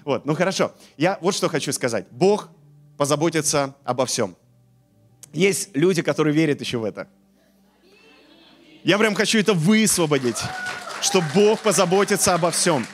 Вот, ну хорошо. Я вот что хочу сказать. Бог позаботится обо всем. Есть люди, которые верят еще в это. Я прям хочу это высвободить, что Бог позаботится обо всем.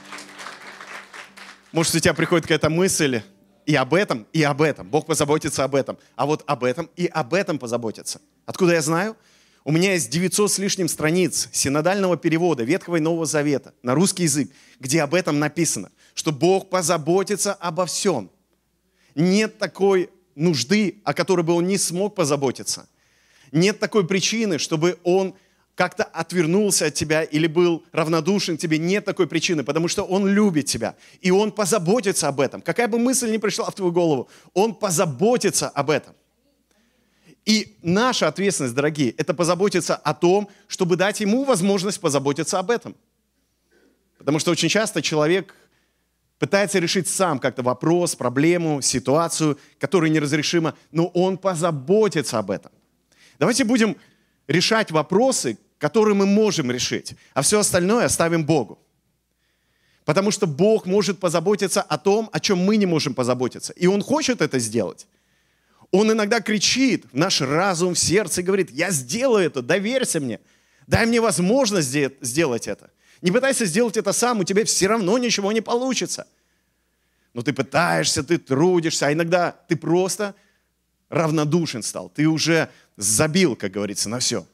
Может, у тебя приходит какая-то мысль и об этом, и об этом. Бог позаботится об этом. А вот об этом и об этом позаботится. Откуда я знаю? У меня есть 900 с лишним страниц синодального перевода Ветхого и Нового Завета на русский язык, где об этом написано, что Бог позаботится обо всем. Нет такой нужды, о которой бы Он не смог позаботиться. Нет такой причины, чтобы Он как-то отвернулся от тебя или был равнодушен к тебе. Нет такой причины, потому что Он любит тебя. И Он позаботится об этом. Какая бы мысль ни пришла в твою голову, Он позаботится об этом. И наша ответственность, дорогие, это позаботиться о том, чтобы дать Ему возможность позаботиться об этом. Потому что очень часто человек пытается решить сам как-то вопрос, проблему, ситуацию, которая неразрешима, но Он позаботится об этом. Давайте будем решать вопросы, которые мы можем решить, а все остальное оставим Богу. Потому что Бог может позаботиться о том, о чем мы не можем позаботиться. И Он хочет это сделать. Он иногда кричит в наш разум, в сердце и говорит: я сделаю это, доверься мне, дай мне возможность сделать это. Не пытайся сделать это сам, у тебя все равно ничего не получится. Но ты пытаешься, ты трудишься, а иногда ты просто равнодушен стал, ты уже забил, как говорится, на все.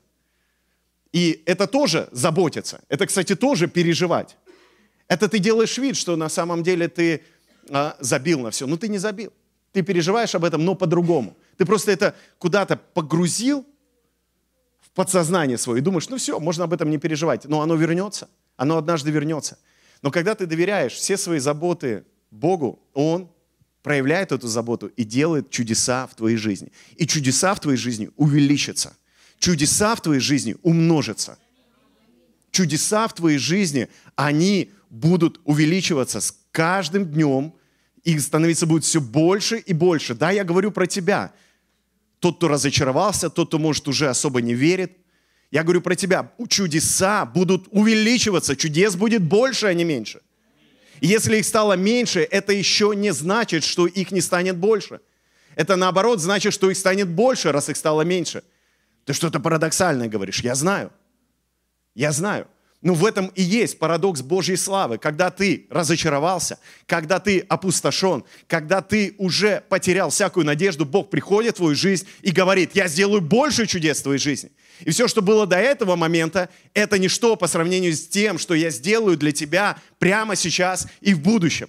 И это тоже заботиться, это, кстати, тоже переживать. Это ты делаешь вид, что на самом деле ты забил на все, но ты не забил. Ты переживаешь об этом, но по-другому. Ты просто это куда-то погрузил в подсознание свое и думаешь, ну все, можно об этом не переживать. Но оно вернется, оно однажды вернется. Но когда ты доверяешь все свои заботы Богу, Он проявляет эту заботу и делает чудеса в твоей жизни. И чудеса в твоей жизни увеличатся. Чудеса в твоей жизни умножатся. Чудеса в твоей жизни, они будут увеличиваться с каждым днем, их становиться будет все больше и больше. Да, я говорю про тебя. Тот, кто разочаровался, тот, кто, может, уже особо не верит. Я говорю про тебя. Чудеса будут увеличиваться. Чудес будет больше, а не меньше. И если их стало меньше, это еще не значит, что их не станет больше. Это наоборот значит, что их станет больше, раз их стало меньше. Ты что-то парадоксальное говоришь. Я знаю. Я знаю. Но в этом и есть парадокс Божьей славы. Когда ты разочаровался, когда ты опустошен, когда ты уже потерял всякую надежду, Бог приходит в твою жизнь и говорит: я сделаю больше чудес в твоей жизни. И все, что было до этого момента, это ничто по сравнению с тем, что я сделаю для тебя прямо сейчас и в будущем.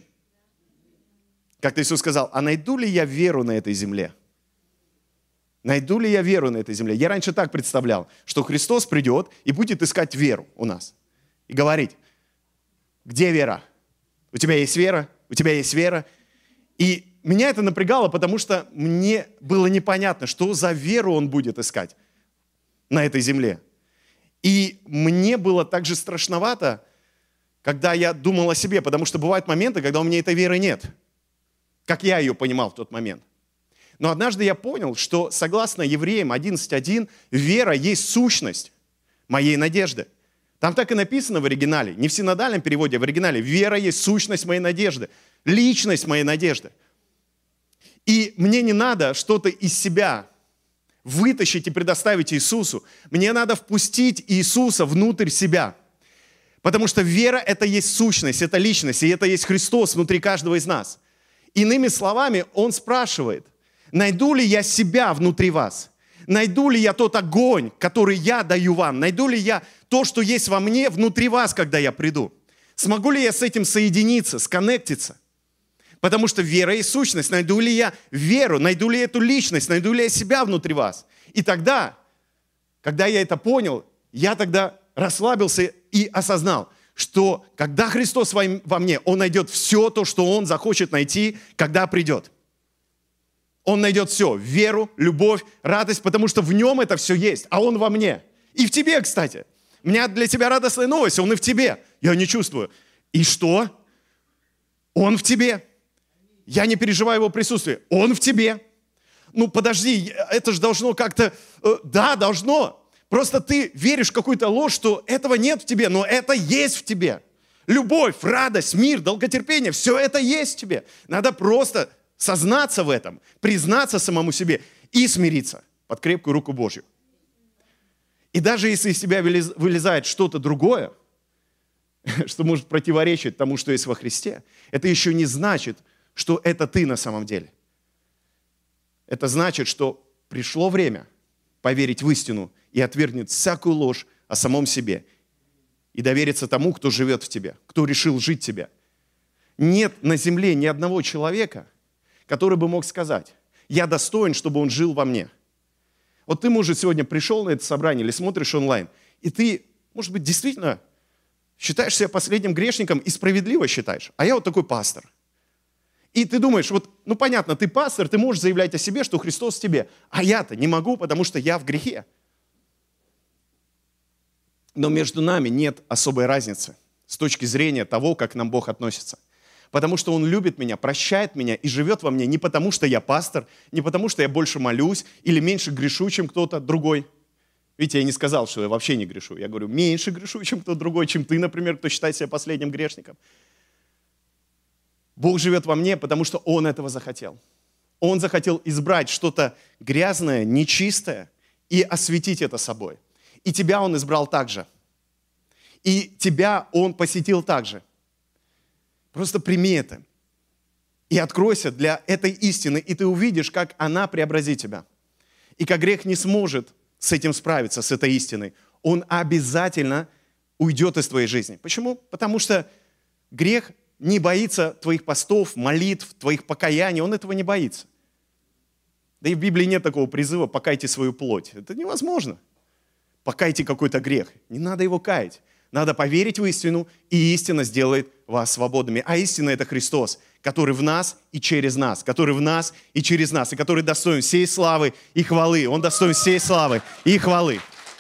Как-то Иисус сказал: а найду ли я веру на этой земле? Найду ли я веру на этой земле? Я раньше так представлял, что Христос придет и будет искать веру у нас. И говорить: где вера? У тебя есть вера? У тебя есть вера? И меня это напрягало, потому что мне было непонятно, что за веру Он будет искать на этой земле. И мне было также страшновато, когда я думал о себе, потому что бывают моменты, когда у меня этой веры нет, как я ее понимал в тот момент. Но однажды я понял, что согласно Евреям 11:1, вера есть сущность моей надежды. Там так и написано в оригинале, не в синодальном переводе, а в оригинале: вера есть сущность моей надежды, личность моей надежды. И мне не надо что-то из себя вытащить и предоставить Иисусу. Мне надо впустить Иисуса внутрь себя. Потому что вера – это есть сущность, это личность, и это есть Христос внутри каждого из нас. Иными словами, Он спрашивает: найду ли я себя внутри вас? Найду ли я тот огонь, который я даю вам? Найду ли я то, что есть во мне, внутри вас, когда я приду? Смогу ли я с этим соединиться, сконнектиться? Потому что вера есть сущность. Найду ли я веру? Найду ли эту личность? Найду ли я себя внутри вас? И тогда, когда я это понял, я тогда расслабился и осознал, что когда Христос во мне, Он найдет все то, что Он захочет найти, когда придет. Он найдет все: веру, любовь, радость, потому что в Нем это все есть, а Он во мне. И в тебе, кстати. У меня для тебя радостная новость: Он и в тебе. Я не чувствую. И что? Он в тебе. Я не переживаю Его присутствие. Он в тебе. Ну, подожди, это же должно как-то... Да, должно. Просто ты веришь в какую-то ложь, что этого нет в тебе, но это есть в тебе. Любовь, радость, мир, долготерпение, все это есть в тебе. Надо просто сознаться в этом, признаться самому себе и смириться под крепкую руку Божью. И даже если из тебя вылезает что-то другое, что может противоречить тому, что есть во Христе, это еще не значит, что это ты на самом деле. Это значит, что пришло время поверить в истину и отвергнуть всякую ложь о самом себе и довериться тому, кто живет в тебе, кто решил жить в тебе. Нет на земле ни одного человека, который бы мог сказать: я достоин, чтобы он жил во мне. Вот ты, может, сегодня пришел на это собрание или смотришь онлайн, и ты, может быть, действительно считаешь себя последним грешником и справедливо считаешь. А я вот такой пастор. И ты думаешь, вот, ну понятно, ты пастор, ты можешь заявлять о себе, что Христос в тебе. А я-то не могу, потому что я в грехе. Но между нами нет особой разницы с точки зрения того, как к нам Бог относится. Потому что Он любит меня, прощает меня и живет во мне не потому, что я пастор, не потому, что я больше молюсь или меньше грешу, чем кто-то другой. Видите, я не сказал, что я вообще не грешу. Я говорю, меньше грешу, чем кто-то другой, чем ты, например, кто считает себя последним грешником. Бог живет во мне, потому что Он этого захотел. Он захотел избрать что-то грязное, нечистое и осветить это собой. И тебя Он избрал также. И тебя Он посетил также. Просто прими это. И откройся для этой истины, и ты увидишь, как она преобразит тебя. И как грех не сможет с этим справиться, с этой истиной. Он обязательно уйдет из твоей жизни. Почему? Потому что грех не боится твоих постов, молитв, твоих покаяний. Он этого не боится. Да и в Библии нет такого призыва «покайте свою плоть». Это невозможно. Покайте какой-то грех. Не надо его каять. Надо поверить в истину, и истина сделает вас свободными. А истина – это Христос, который в нас и через нас, который в нас и через нас, и который достоин всей славы и хвалы. Он достоин всей славы и хвалы.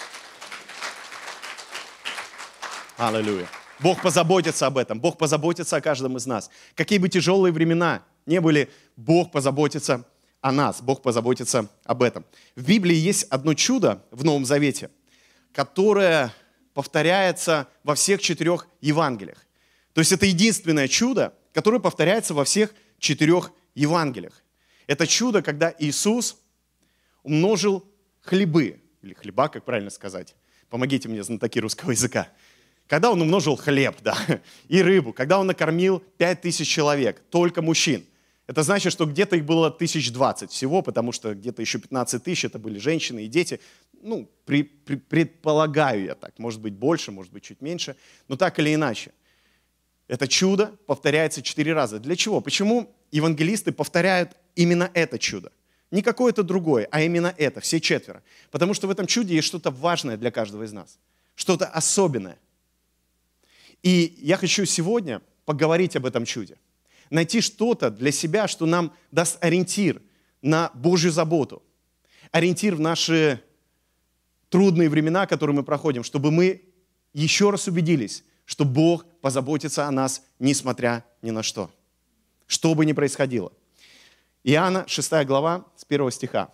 Аллилуйя. Бог позаботится об этом. Бог позаботится о каждом из нас. Какие бы тяжелые времена не были, Бог позаботится о нас. Бог позаботится об этом. В Библии есть одно чудо в Новом Завете, которое повторяется во всех 4 Евангелиях. То есть это единственное чудо, которое повторяется во всех 4 Евангелиях. Это чудо, когда Иисус умножил хлебы, или хлеба, как правильно сказать. Помогите мне, знатоки русского языка. Когда Он умножил хлеб, да, и рыбу, когда Он накормил 5000 человек, только мужчин. Это значит, что где-то их было 1020 всего, потому что где-то еще 15 000 это были женщины и дети. Ну, предполагаю я так. Может быть больше, может быть чуть меньше. Но так или иначе. Это чудо повторяется 4 раза. Для чего? Почему евангелисты повторяют именно это чудо? Не какое-то другое, а именно это, все 4. Потому что в этом чуде есть что-то важное для каждого из нас. Что-то особенное. И я хочу сегодня поговорить об этом чуде. Найти что-то для себя, что нам даст ориентир на Божью заботу. Ориентир в наши трудные времена, которые мы проходим, чтобы мы еще раз убедились, что Бог позаботится о нас, несмотря ни на что. Что бы ни происходило. Иоанна, 6 глава, с 1 стиха.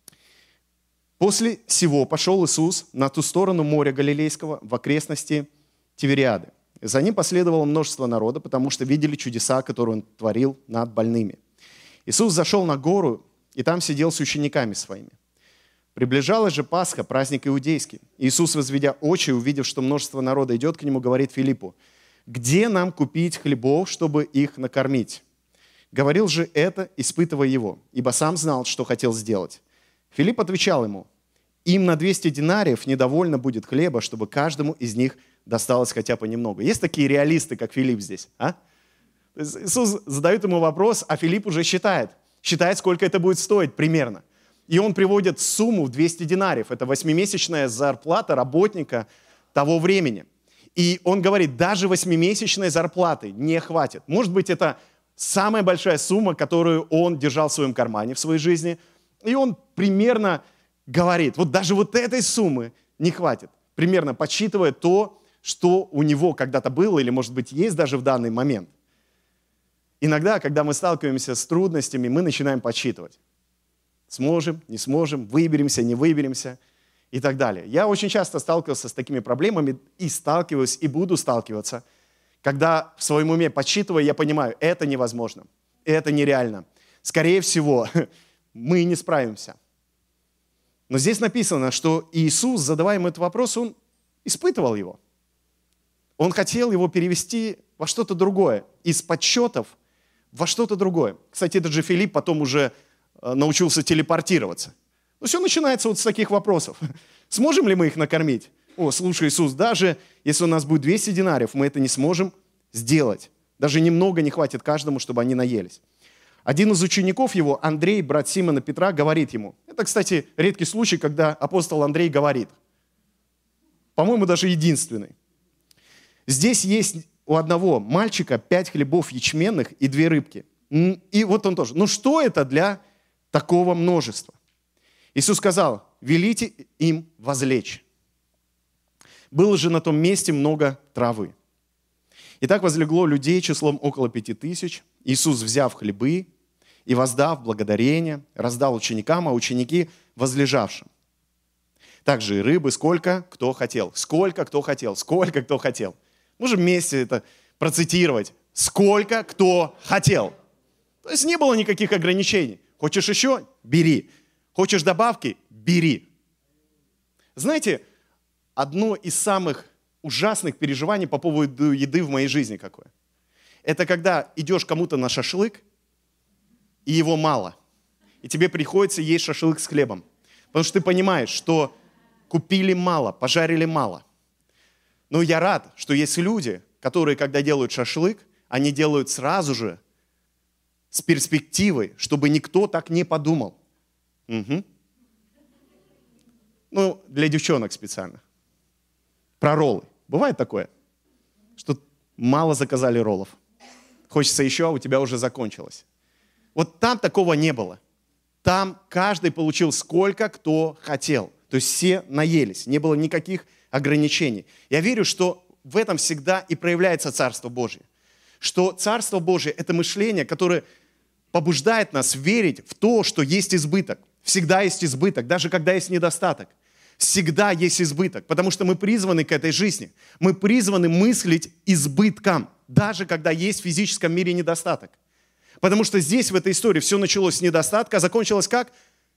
«После сего пошел Иисус на ту сторону моря Галилейского, в окрестности Тивериады. За ним последовало множество народа, потому что видели чудеса, которые Он творил над больными. Иисус зашел на гору, и там сидел с учениками своими. Приближалась же Пасха, праздник иудейский. Иисус, возведя очи, увидев, что множество народа идет к Нему, говорит Филиппу: «Где нам купить хлебов, чтобы их накормить?» Говорил же это, испытывая его, ибо сам знал, что хотел сделать. Филипп отвечал ему: «Им на 200 динариев недовольно будет хлеба, чтобы каждому из них досталось хотя бы немного». Есть такие реалисты, как Филипп здесь? А? Иисус задает ему вопрос, а Филипп уже считает, сколько это будет стоить примерно. И он приводит сумму в 200 динариев. Это 8-месячная зарплата работника того времени. И он говорит, даже 8-месячной зарплаты не хватит. Может быть, это самая большая сумма, которую он держал в своем кармане в своей жизни. И он примерно говорит, вот даже вот этой суммы не хватит. Примерно подсчитывая то, что у него когда-то было, или, может быть, есть даже в данный момент. Иногда, когда мы сталкиваемся с трудностями, мы начинаем подсчитывать. Сможем, не сможем, выберемся, не выберемся и так далее. Я очень часто сталкивался с такими проблемами и сталкиваюсь, и буду сталкиваться, когда в своем уме подсчитывая, я понимаю, это невозможно, это нереально. Скорее всего, мы не справимся. Но здесь написано, что Иисус, задавая ему этот вопрос, он испытывал его. Он хотел его перевести во что-то другое, из подсчетов во что-то другое. Кстати, этот же Филипп потом уже научился телепортироваться. Но все начинается вот с таких вопросов. Сможем ли мы их накормить? О, слушай, Иисус, даже если у нас будет 200 динариев, мы это не сможем сделать. Даже немного не хватит каждому, чтобы они наелись. Один из учеников его, Андрей, брат Симона Петра, говорит ему. Это, кстати, редкий случай, когда апостол Андрей говорит. По-моему, даже единственный. Здесь есть у одного мальчика 5 хлебов ячменных и 2 рыбки. И вот он тоже. Ну что это для такого множества? Иисус сказал, велите им возлечь. Было же на том месте много травы. И так возлегло людей числом около 5000. Иисус, взяв хлебы и воздав благодарение, раздал ученикам, а ученики возлежавшим. Также и рыбы, сколько кто хотел. Сколько кто хотел. Сколько кто хотел. Можем вместе это процитировать. Сколько кто хотел. То есть не было никаких ограничений. Хочешь еще? Бери. Хочешь добавки? Бери. Знаете, одно из самых ужасных переживаний по поводу еды в моей жизни какое? Это когда идешь кому-то на шашлык, и его мало. И тебе приходится есть шашлык с хлебом. Потому что ты понимаешь, что купили мало, пожарили мало. Но я рад, что есть люди, которые, когда делают шашлык, они делают сразу же с перспективой, чтобы никто так не подумал. Угу. Ну, для девчонок специально. Про роллы. Бывает такое, что мало заказали роллов. Хочется еще, а у тебя уже закончилось. Вот там такого не было. Там каждый получил сколько кто хотел. То есть все наелись, не было никаких ограничений. Я верю, что в этом всегда и проявляется Царство Божие. Что Царство Божие – это мышление, которое побуждает нас верить в то, что есть избыток. Всегда есть избыток, даже когда есть недостаток. Всегда есть избыток, потому что мы призваны к этой жизни. Мы призваны мыслить избытком, даже когда есть в физическом мире недостаток. Потому что здесь, в этой истории, все началось с недостатка, а закончилось как?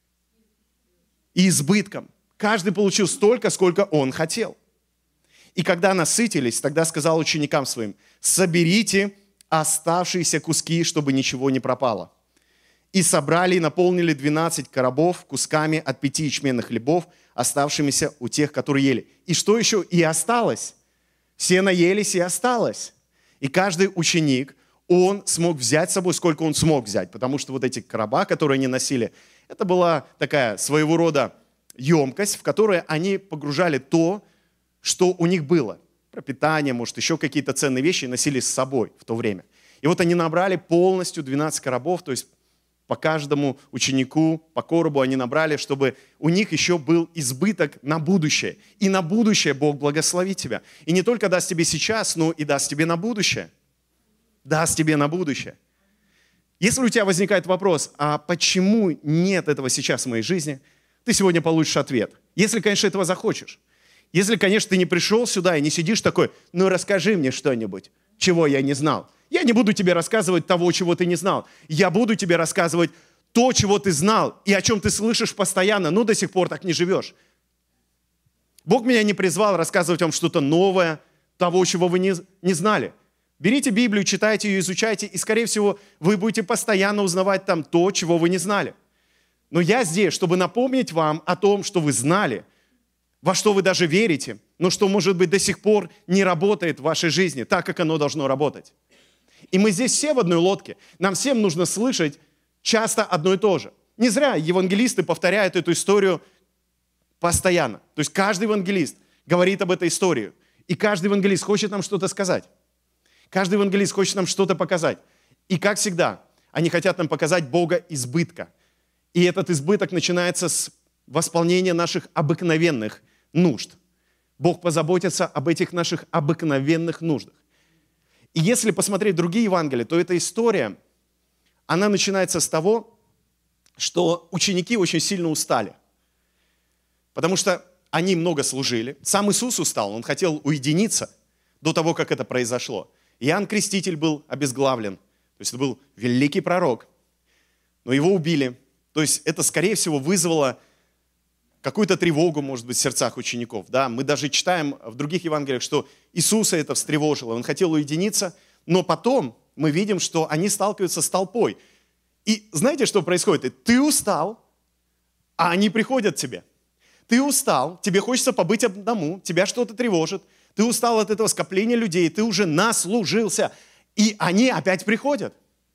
Избытком. Каждый получил столько, сколько он хотел. И когда насытились, тогда сказал ученикам своим, соберите оставшиеся куски, чтобы ничего не пропало. И собрали и наполнили 12 коробов кусками от 5 ячменных хлебов, оставшимися у тех, которые ели. И что еще? И осталось. Все наелись, и осталось. И каждый ученик, он смог взять с собой, сколько он смог взять. Потому что вот эти короба, которые они носили, это была такая своего рода емкость, в которую они погружали то, что у них было. Пропитание, может, еще какие-то ценные вещи носили с собой в то время. И вот они набрали полностью 12 коробов, то есть по каждому ученику, по коробу они набрали, чтобы у них еще был избыток на будущее. И на будущее Бог благословит тебя. И не только даст тебе сейчас, но и даст тебе на будущее. Даст тебе на будущее. Если у тебя возникает вопрос, а почему нет этого сейчас в моей жизни, ты сегодня получишь ответ. Если, конечно, этого захочешь. Если, конечно, ты не пришел сюда и не сидишь такой, ну расскажи мне что-нибудь, чего я не знал. Я не буду тебе рассказывать того, чего ты не знал. Я буду тебе рассказывать то, чего ты знал и о чем ты слышишь постоянно, но до сих пор так не живешь. Бог меня не призвал рассказывать вам что-то новое, того, чего вы не знали. Берите Библию, читайте ее, изучайте, и, скорее всего, вы будете постоянно узнавать там то, чего вы не знали. Но я здесь, чтобы напомнить вам о том, что вы знали, во что вы даже верите, но что, может быть, до сих пор не работает в вашей жизни так, как оно должно работать. И мы здесь все в одной лодке. Нам всем нужно слышать часто одно и то же. Не зря евангелисты повторяют эту историю постоянно. То есть каждый евангелист говорит об этой истории. И каждый евангелист хочет нам что-то сказать. Каждый евангелист хочет нам что-то показать. И как всегда, они хотят нам показать Бога избытка. И этот избыток начинается с восполнения наших обыкновенных нужд. Бог позаботится об этих наших обыкновенных нуждах. И если посмотреть другие Евангелия, то эта история, она начинается с того, что ученики очень сильно устали. Потому что они много служили. Сам Иисус устал, он хотел уединиться до того, как это произошло. Иоанн Креститель был обезглавлен. То есть это был великий пророк. Но его убили. То есть это, скорее всего, вызвало какую-то тревогу, может быть, в сердцах учеников. Да? Мы даже читаем в других Евангелиях, что Иисуса это встревожило. Он хотел уединиться, но потом мы видим, что они сталкиваются с толпой. И знаете, что происходит? Ты устал, а они приходят к тебе. Ты устал, тебе хочется побыть одному, тебя что-то тревожит. Ты устал от этого скопления людей, ты уже наслужился. И они опять приходят.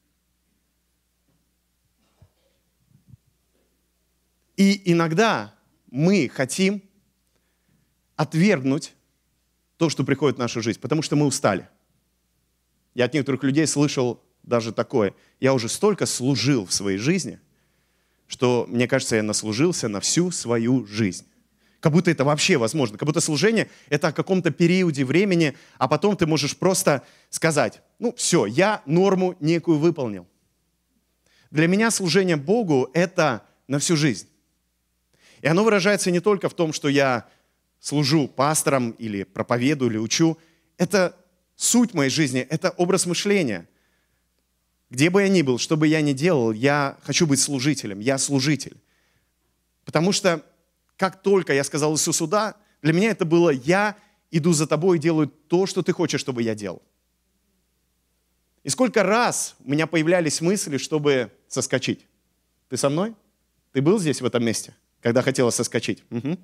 И иногда мы хотим отвергнуть то, что приходит в нашу жизнь, потому что мы устали. Я от некоторых людей слышал даже такое. Я уже столько служил в своей жизни, что, мне кажется, я наслужился на всю свою жизнь. Как будто это вообще возможно. Как будто служение – это о каком-то периоде времени, а потом ты можешь просто сказать, ну все, я норму некую выполнил. Для меня служение Богу – это на всю жизнь. И оно выражается не только в том, что я служу пастором или проповедую, или учу. Это суть моей жизни, это образ мышления. Где бы я ни был, что бы я ни делал, я хочу быть служителем, я служитель. Потому что как только я сказал Иисусу «да», для меня это было «я иду за тобой и делаю то, что ты хочешь, чтобы я делал». И сколько раз у меня появлялись мысли, чтобы соскочить. Ты со мной? Ты был здесь, в этом месте, когда хотела соскочить? Угу.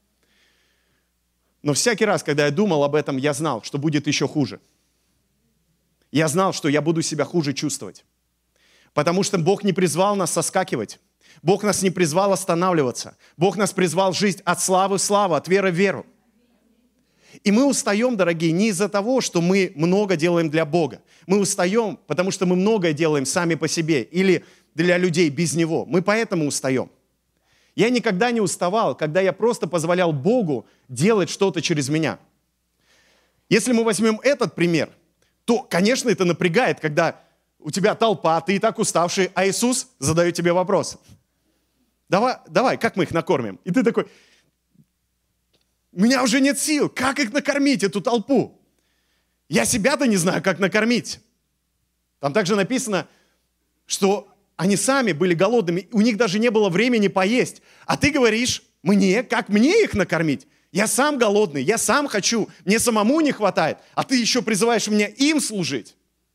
Но всякий раз, когда я думал об этом, я знал, что будет еще хуже. Я знал, что я буду себя хуже чувствовать. Потому что Бог не призвал нас соскакивать. Бог нас не призвал останавливаться. Бог нас призвал жить от славы в славу, от веры в веру. И мы устаем, дорогие, не из-за того, что мы много делаем для Бога. Мы устаем, потому что мы многое делаем сами по себе или для людей без Него. Мы поэтому устаем. Я никогда не уставал, когда я просто позволял Богу делать что-то через меня. Если мы возьмем этот пример, то, конечно, это напрягает, когда у тебя толпа, ты и так уставший, а Иисус задает тебе вопрос. Давай, как мы их накормим? И ты такой, у меня уже нет сил, как их накормить, эту толпу? Я себя-то не знаю, как накормить. Там также написано, что они сами были голодными, у них даже не было времени поесть. А ты говоришь мне, как мне их накормить? Я сам голодный, я сам хочу, мне самому не хватает, а ты еще призываешь меня им служить.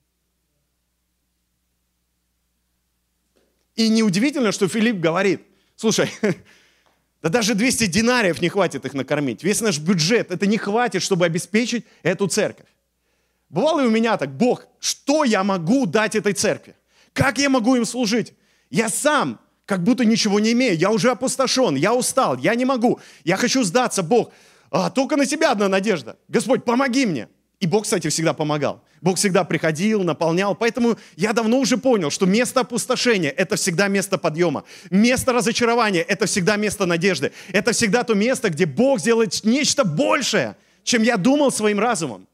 И неудивительно, что Филипп говорит, слушай, да даже 200 динариев не хватит их накормить. Весь наш бюджет, это не хватит, чтобы обеспечить эту церковь. Бывало и у меня так, Бог, что я могу дать этой церкви? Как я могу им служить? Я сам как будто ничего не имею. Я уже опустошен, я устал, я не могу. Я хочу сдаться, Бог. Только на тебя одна надежда. Господь, помоги мне. И Бог, кстати, всегда помогал. Бог всегда приходил, наполнял. Поэтому я давно уже понял, что место опустошения – это всегда место подъема. Место разочарования – это всегда место надежды. Это всегда то место, где Бог сделает нечто большее, чем я думал своим разумом.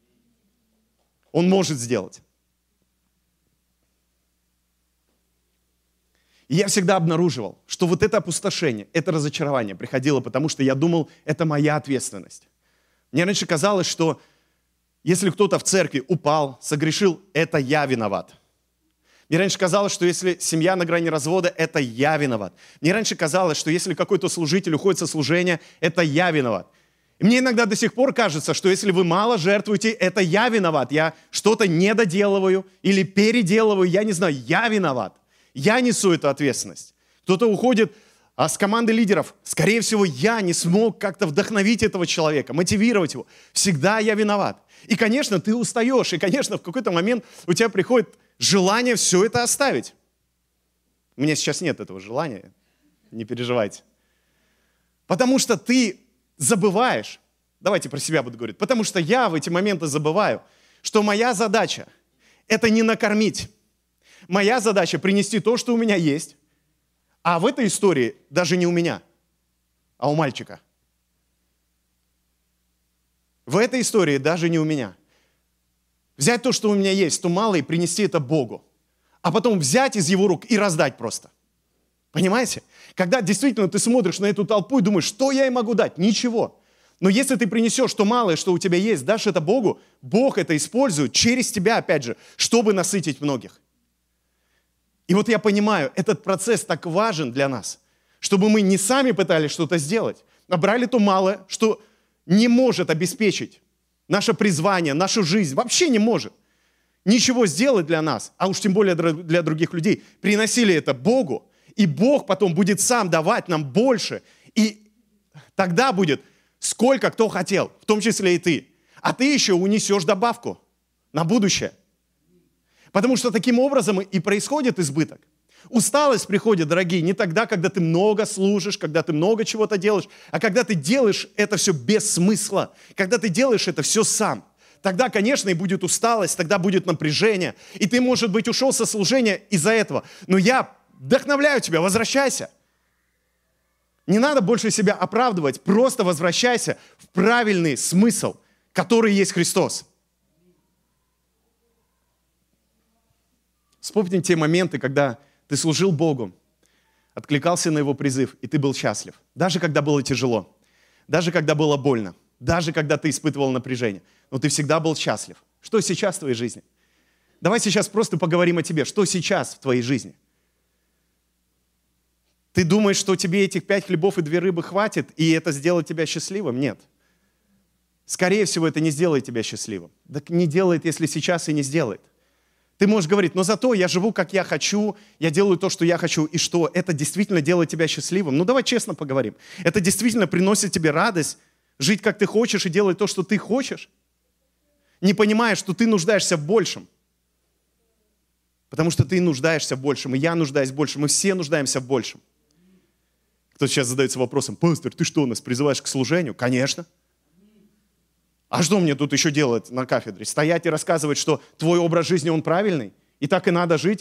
Он может сделать. И я всегда обнаруживал, что вот это опустошение, это разочарование приходило, потому что я думал, это моя ответственность. Мне раньше казалось, что если кто-то в церкви упал, согрешил, это я виноват. Мне раньше казалось, что если семья на грани развода, это я виноват. Мне раньше казалось, что если какой-то служитель уходит со служения, это я виноват. И мне иногда до сих пор кажется, что если вы мало жертвуете, это я виноват. Я что-то недоделываю или переделываю, я не знаю, я виноват. Я несу эту ответственность. Кто-то уходит с команды лидеров. Скорее всего, я не смог как-то вдохновить этого человека, мотивировать его. Всегда я виноват. И, конечно, ты устаешь. И, конечно, в какой-то момент у тебя приходит желание все это оставить. У меня сейчас нет этого желания. Не переживайте. Потому что ты забываешь. Давайте про себя буду говорить. Потому что я в эти моменты забываю, что моя задача – это не накормить. Моя задача принести то, что у меня есть, а в этой истории даже не у меня, а у мальчика. В этой истории даже не у меня. Взять то, что у меня есть, то мало, и принести это Богу. А потом взять из его рук и раздать просто. Понимаете? Когда действительно ты смотришь на эту толпу и думаешь, что я им могу дать? Ничего. Но если ты принесешь то малое, что у тебя есть, дашь это Богу, Бог это использует через тебя, опять же, чтобы насытить многих. И вот я понимаю, этот процесс так важен для нас, чтобы мы не сами пытались что-то сделать, а брали то малое, что не может обеспечить наше призвание, нашу жизнь, вообще не может ничего сделать для нас, а уж тем более для других людей. Приносили это Богу, и Бог потом будет сам давать нам больше, и тогда будет сколько кто хотел, в том числе и ты. А ты еще унесешь добавку на будущее. Потому что таким образом и происходит избыток. Усталость приходит, дорогие, не тогда, когда ты много служишь, когда ты много чего-то делаешь, а когда ты делаешь это все без смысла, когда ты делаешь это все сам. Тогда, конечно, и будет усталость, тогда будет напряжение, и ты, может быть, ушел со служения из-за этого. Но я вдохновляю тебя, возвращайся. Не надо больше себя оправдывать, просто возвращайся в правильный смысл, который есть Христос. Вспомни те моменты, когда ты служил Богу, откликался на Его призыв, и ты был счастлив. Даже когда было тяжело, даже когда было больно, даже когда ты испытывал напряжение. Но ты всегда был счастлив. Что сейчас в твоей жизни? Давай сейчас просто поговорим о тебе. Что сейчас в твоей жизни? Ты думаешь, что тебе этих 5 хлебов и 2 рыбы хватит, и это сделает тебя счастливым? Нет. Скорее всего, это не сделает тебя счастливым. Так не делает, если сейчас и не сделает. Ты можешь говорить, но зато я живу, как я хочу, я делаю то, что я хочу, и что? Это действительно делает тебя счастливым? Ну, давай честно поговорим. Это действительно приносит тебе радость, жить, как ты хочешь, и делать то, что ты хочешь? Не понимая, что ты нуждаешься в большем. Потому что ты нуждаешься в большем, и я нуждаюсь в большем, мы все нуждаемся в большем. Кто-то сейчас задается вопросом, пастор, ты что, нас призываешь к служению? Конечно. А что мне тут еще делать на кафедре? Стоять и рассказывать, что твой образ жизни, он правильный, и так и надо жить?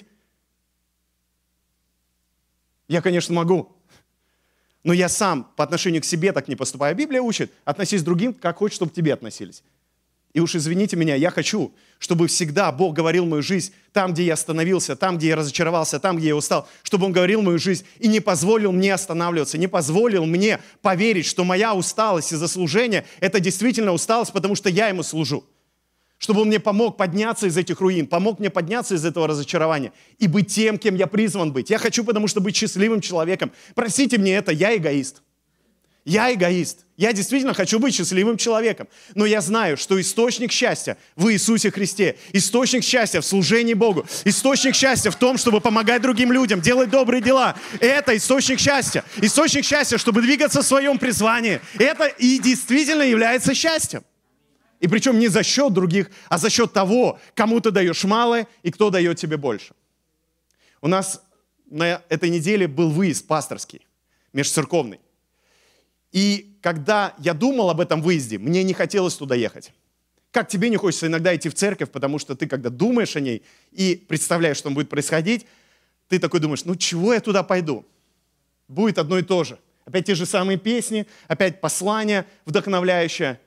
Я, конечно, могу. Но я сам по отношению к себе так не поступаю. Библия учит, относись к другим, как хочешь, чтобы к тебе относились. И уж извините меня, я хочу, чтобы всегда Бог говорил в мою жизнь там, где я остановился, там, где я разочаровался, там, где я устал, чтобы Он говорил в мою жизнь и не позволил мне останавливаться, не позволил мне поверить, что моя усталость из-за служения – это действительно усталость, потому что я Ему служу. Чтобы Он мне помог подняться из этих руин, помог мне подняться из этого разочарования и быть тем, кем я призван быть. Я хочу, потому что быть счастливым человеком. Простите мне это, я эгоист. Я эгоист. Я действительно хочу быть счастливым человеком. Но я знаю, что источник счастья в Иисусе Христе. Источник счастья в служении Богу. Источник счастья в том, чтобы помогать другим людям, делать добрые дела. Это источник счастья. Источник счастья, чтобы двигаться в своем призвании. Это и действительно является счастьем. И причем не за счет других, а за счет того, кому ты даешь малое и кто дает тебе больше. У нас на этой неделе был выезд пасторский, межцерковный. И когда я думал об этом выезде, мне не хотелось туда ехать. Как тебе не хочется иногда идти в церковь, потому что ты, когда думаешь о ней и представляешь, что там будет происходить, ты такой думаешь, ну чего я туда пойду? Будет одно и то же. Опять те же самые песни, опять послание вдохновляющее.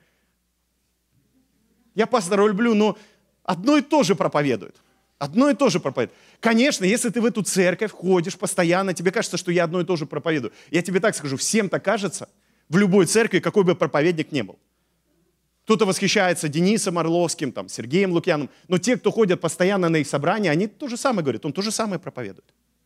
Я пастора люблю, но одно и то же проповедует. Одно и то же проповедует. Конечно, если ты в эту церковь ходишь постоянно, тебе кажется, что я одно и то же проповедую. Я тебе так скажу, всем так кажется, в любой церкви, какой бы проповедник ни был. Кто-то восхищается Денисом Орловским, там, Сергеем Лукьяном, но те, кто ходят постоянно на их собрания, они то же самое говорят, он то же самое проповедует.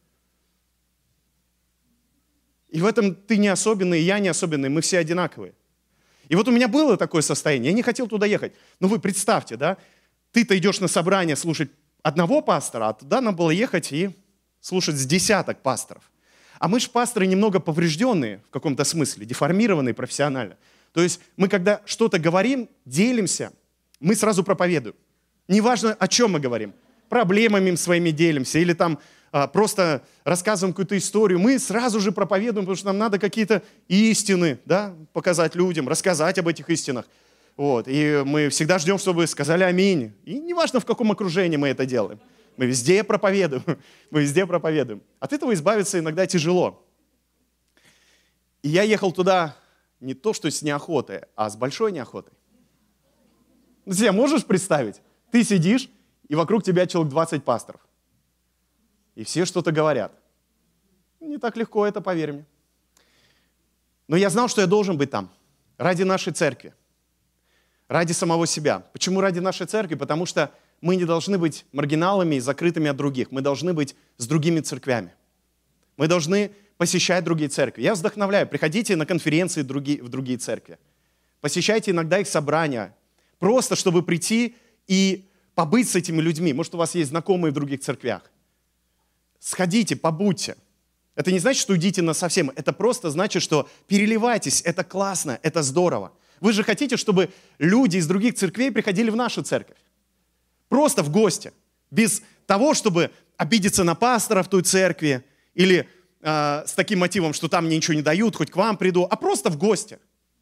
И в этом ты не особенный, и я не особенный, мы все одинаковые. И вот у меня было такое состояние, я не хотел туда ехать. Но вы представьте, да, ты-то идешь на собрание слушать одного пастора, а туда нам было ехать и слушать с десяток пасторов. А мы же пасторы немного поврежденные в каком-то смысле, деформированные профессионально. То есть мы когда что-то говорим, делимся, мы сразу проповедуем. Неважно, о чем мы говорим. Проблемами своими делимся или там просто рассказываем какую-то историю. Мы сразу же проповедуем, потому что нам надо какие-то истины, да, показать людям, рассказать об этих истинах. Вот. И мы всегда ждем, чтобы сказали аминь. И неважно, в каком окружении мы это делаем. Мы везде проповедуем. Мы везде проповедуем. От этого избавиться иногда тяжело. И я ехал туда не то, что с неохотой, а с большой неохотой. Ты себе можешь представить? Ты сидишь, и вокруг тебя человек 20 пасторов. И все что-то говорят. Не так легко это, поверь мне. Но я знал, что я должен быть там. ради нашей церкви, ради самого себя. Почему ради нашей церкви? Потому что мы не должны быть маргиналами и закрытыми от других. Мы должны быть с другими церквями. Мы должны посещать другие церкви. Я вдохновляю, приходите на конференции в другие церкви. Посещайте иногда их собрания, просто чтобы прийти и побыть с этими людьми. Может, у вас есть знакомые в других церквях. Сходите, побудьте. Это не значит, что уйдите насовсем. Это просто значит, что переливайтесь. Это классно, это здорово. Вы же хотите, чтобы люди из других церквей приходили в нашу церковь. Просто в гости. Без того, чтобы обидеться на пастора в той церкви или с таким мотивом, что там мне ничего не дают, хоть к вам приду, а просто в гости.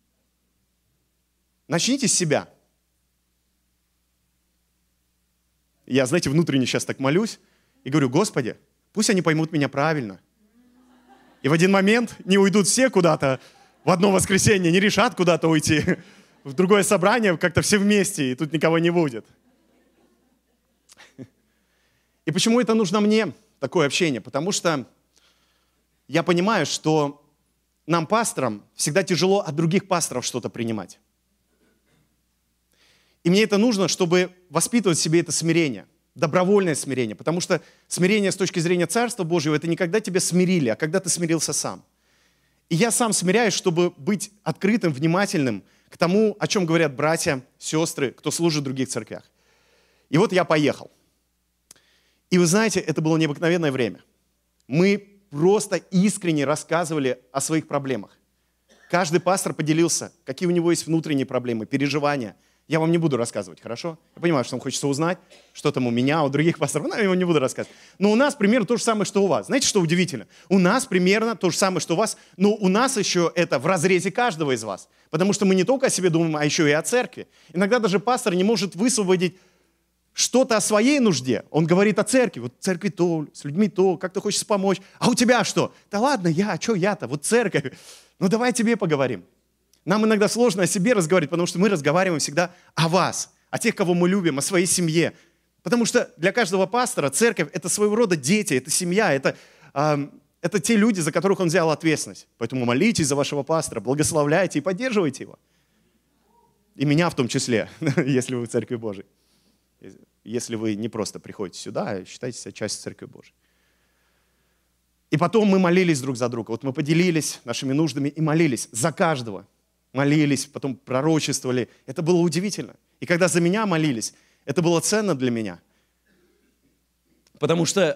Начните с себя. Я, знаете, внутренне сейчас так молюсь и говорю: Господи, пусть они поймут меня правильно. И в один момент не уйдут все куда-то в одно воскресенье, не решат куда-то уйти в другое собрание, как-то все вместе, и тут никого не будет. И почему это нужно мне, такое общение? Потому что я понимаю, что нам, пасторам, всегда тяжело от других пасторов что-то принимать. И мне это нужно, чтобы воспитывать в себе это смирение, добровольное смирение. Потому что смирение с точки зрения Царства Божьего — это не когда тебя смирили, а когда ты смирился сам. И я сам смиряюсь, чтобы быть открытым, внимательным к тому, о чем говорят братья, сестры, кто служит в других церквях. И вот я поехал. И вы знаете, это было необыкновенное время. Мы просто искренне рассказывали о своих проблемах. Каждый пастор поделился, какие у него есть внутренние проблемы, переживания. Я вам не буду рассказывать, хорошо? Я понимаю, что вам хочется узнать, что там у меня, у других пасторов, но я вам не буду рассказывать. Но у нас примерно то же самое, что у вас. Знаете, что удивительно? У нас примерно то же самое, что у вас, но у нас еще это в разрезе каждого из вас. Потому что мы не только о себе думаем, а еще и о церкви. Иногда даже пастор не может высвободить что-то о своей нужде. Он говорит о церкви. Вот в церкви то, с людьми то, как-то хочется помочь. А у тебя что? Да ладно, что я-то? Вот церковь. Ну давай о тебе поговорим. Нам иногда сложно о себе разговаривать, потому что мы разговариваем всегда о вас, о тех, кого мы любим, о своей семье. Потому что для каждого пастора церковь – это своего рода дети, это семья, это те люди, за которых он взял ответственность. Поэтому молитесь за вашего пастора, благословляйте и поддерживайте его. И меня в том числе, если вы в Церкви Божией. Если вы не просто приходите сюда, а считаете себя частью Церкви Божией. И потом мы молились друг за друга. Вот мы поделились нашими нуждами и молились за каждого. Молились, потом пророчествовали. Это было удивительно. И когда за меня молились, это было ценно для меня. Потому что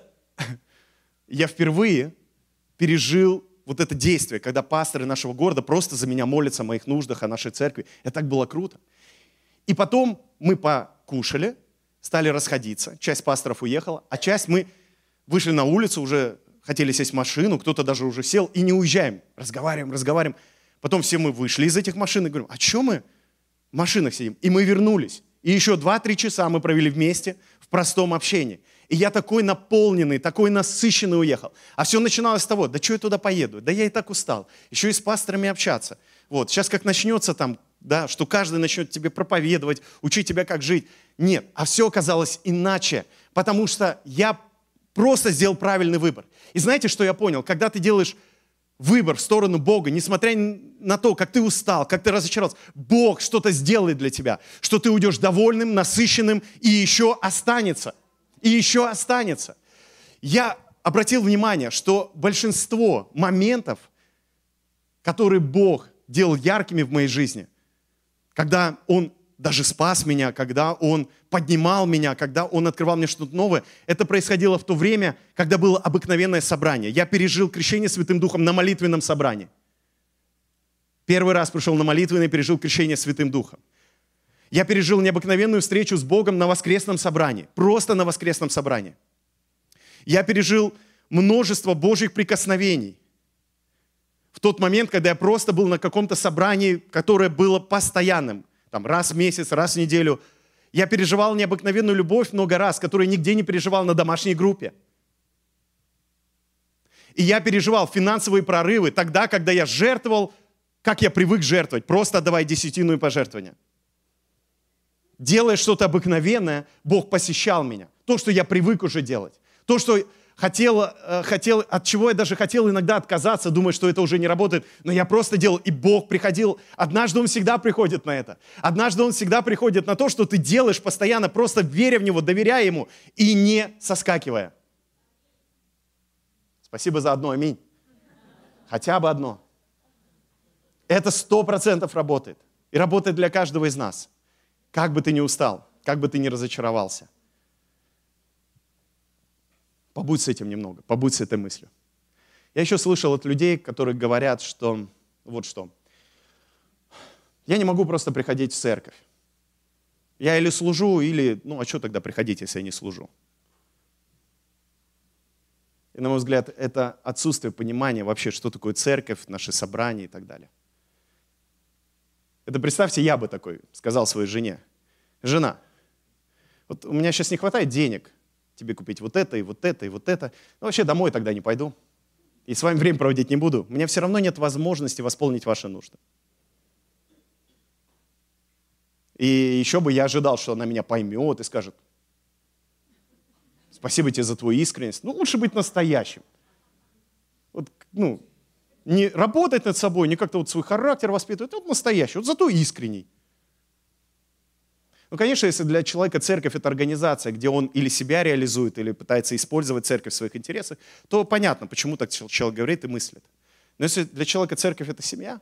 я впервые пережил вот это действие, когда пасторы нашего города просто за меня молятся о моих нуждах, о нашей церкви. Это так было круто. И потом мы покушали, стали расходиться. Часть пасторов уехала, а часть мы вышли на улицу, уже хотели сесть в машину, кто-то даже уже сел, и не уезжаем. Разговариваем. Потом все мы вышли из этих машин и говорим: а что мы в машинах сидим? И мы вернулись. И еще 2-3 часа мы провели вместе в простом общении. И я такой наполненный, такой насыщенный уехал. А все начиналось с того: да что я туда поеду? Да я и так устал. Еще и с пасторами общаться. Вот, сейчас как начнется там, да, что каждый начнет тебе проповедовать, учить тебя, как жить. Нет, а все оказалось иначе. Потому что я просто сделал правильный выбор. И знаете, что я понял? Когда ты делаешь выбор в сторону Бога, несмотря на то, как ты устал, как ты разочаровался, Бог что-то сделает для тебя, что ты уйдешь довольным, насыщенным, и еще останется. Я обратил внимание, что большинство моментов, которые Бог делал яркими в моей жизни, когда Он даже спас меня, когда Он поднимал меня, когда Он открывал мне что-то новое, это происходило в то время, когда было обыкновенное собрание. Я пережил крещение Святым Духом на молитвенном собрании. Первый раз пришел на молитвенное и пережил крещение Святым Духом. Я пережил необыкновенную встречу с Богом на воскресном собрании. Просто на воскресном собрании. Я пережил множество Божьих прикосновений. В тот момент, когда я просто был на каком-то собрании, которое было постоянным. Там раз в месяц, раз в неделю. Я переживал необыкновенную любовь много раз, которую нигде не переживал на домашней группе. И я переживал финансовые прорывы тогда, когда я жертвовал, как я привык жертвовать, просто отдавая десятину и пожертвования. Делая что-то обыкновенное, Бог посещал меня. То, что я привык уже делать. То, что от чего я даже хотел иногда отказаться, думая, что это уже не работает, но я просто делал, и Бог приходил. Однажды Он всегда приходит на это. Однажды Он всегда приходит на то, что ты делаешь постоянно, просто веря в Него, доверяя Ему и не соскакивая. Спасибо за одно, аминь. Хотя бы одно. Это 100% работает. И работает для каждого из нас. Как бы ты ни устал, как бы ты ни разочаровался. Побудь с этим немного, побудь с этой мыслью. Я еще слышал от людей, которые говорят, что вот что. Я не могу просто приходить в церковь. Я или служу, или, а что тогда приходить, если я не служу? И, на мой взгляд, это отсутствие понимания вообще, что такое церковь, наши собрания и так далее. Это представьте, я бы такой сказал своей жене. Жена, вот у меня сейчас не хватает денег тебе купить вот это, и вот это, и вот это. Вообще домой тогда не пойду. И с вами время проводить не буду. У меня все равно нет возможности восполнить ваши нужды. И еще бы я ожидал, что она меня поймет и скажет: спасибо тебе за твою искренность. Лучше быть настоящим. Вот, не работать над собой, не как-то свой характер воспитывать, а настоящий, зато искренний. Конечно, если для человека церковь – это организация, где он или себя реализует, или пытается использовать церковь в своих интересах, то понятно, почему так человек говорит и мыслит. Но если для человека церковь – это семья,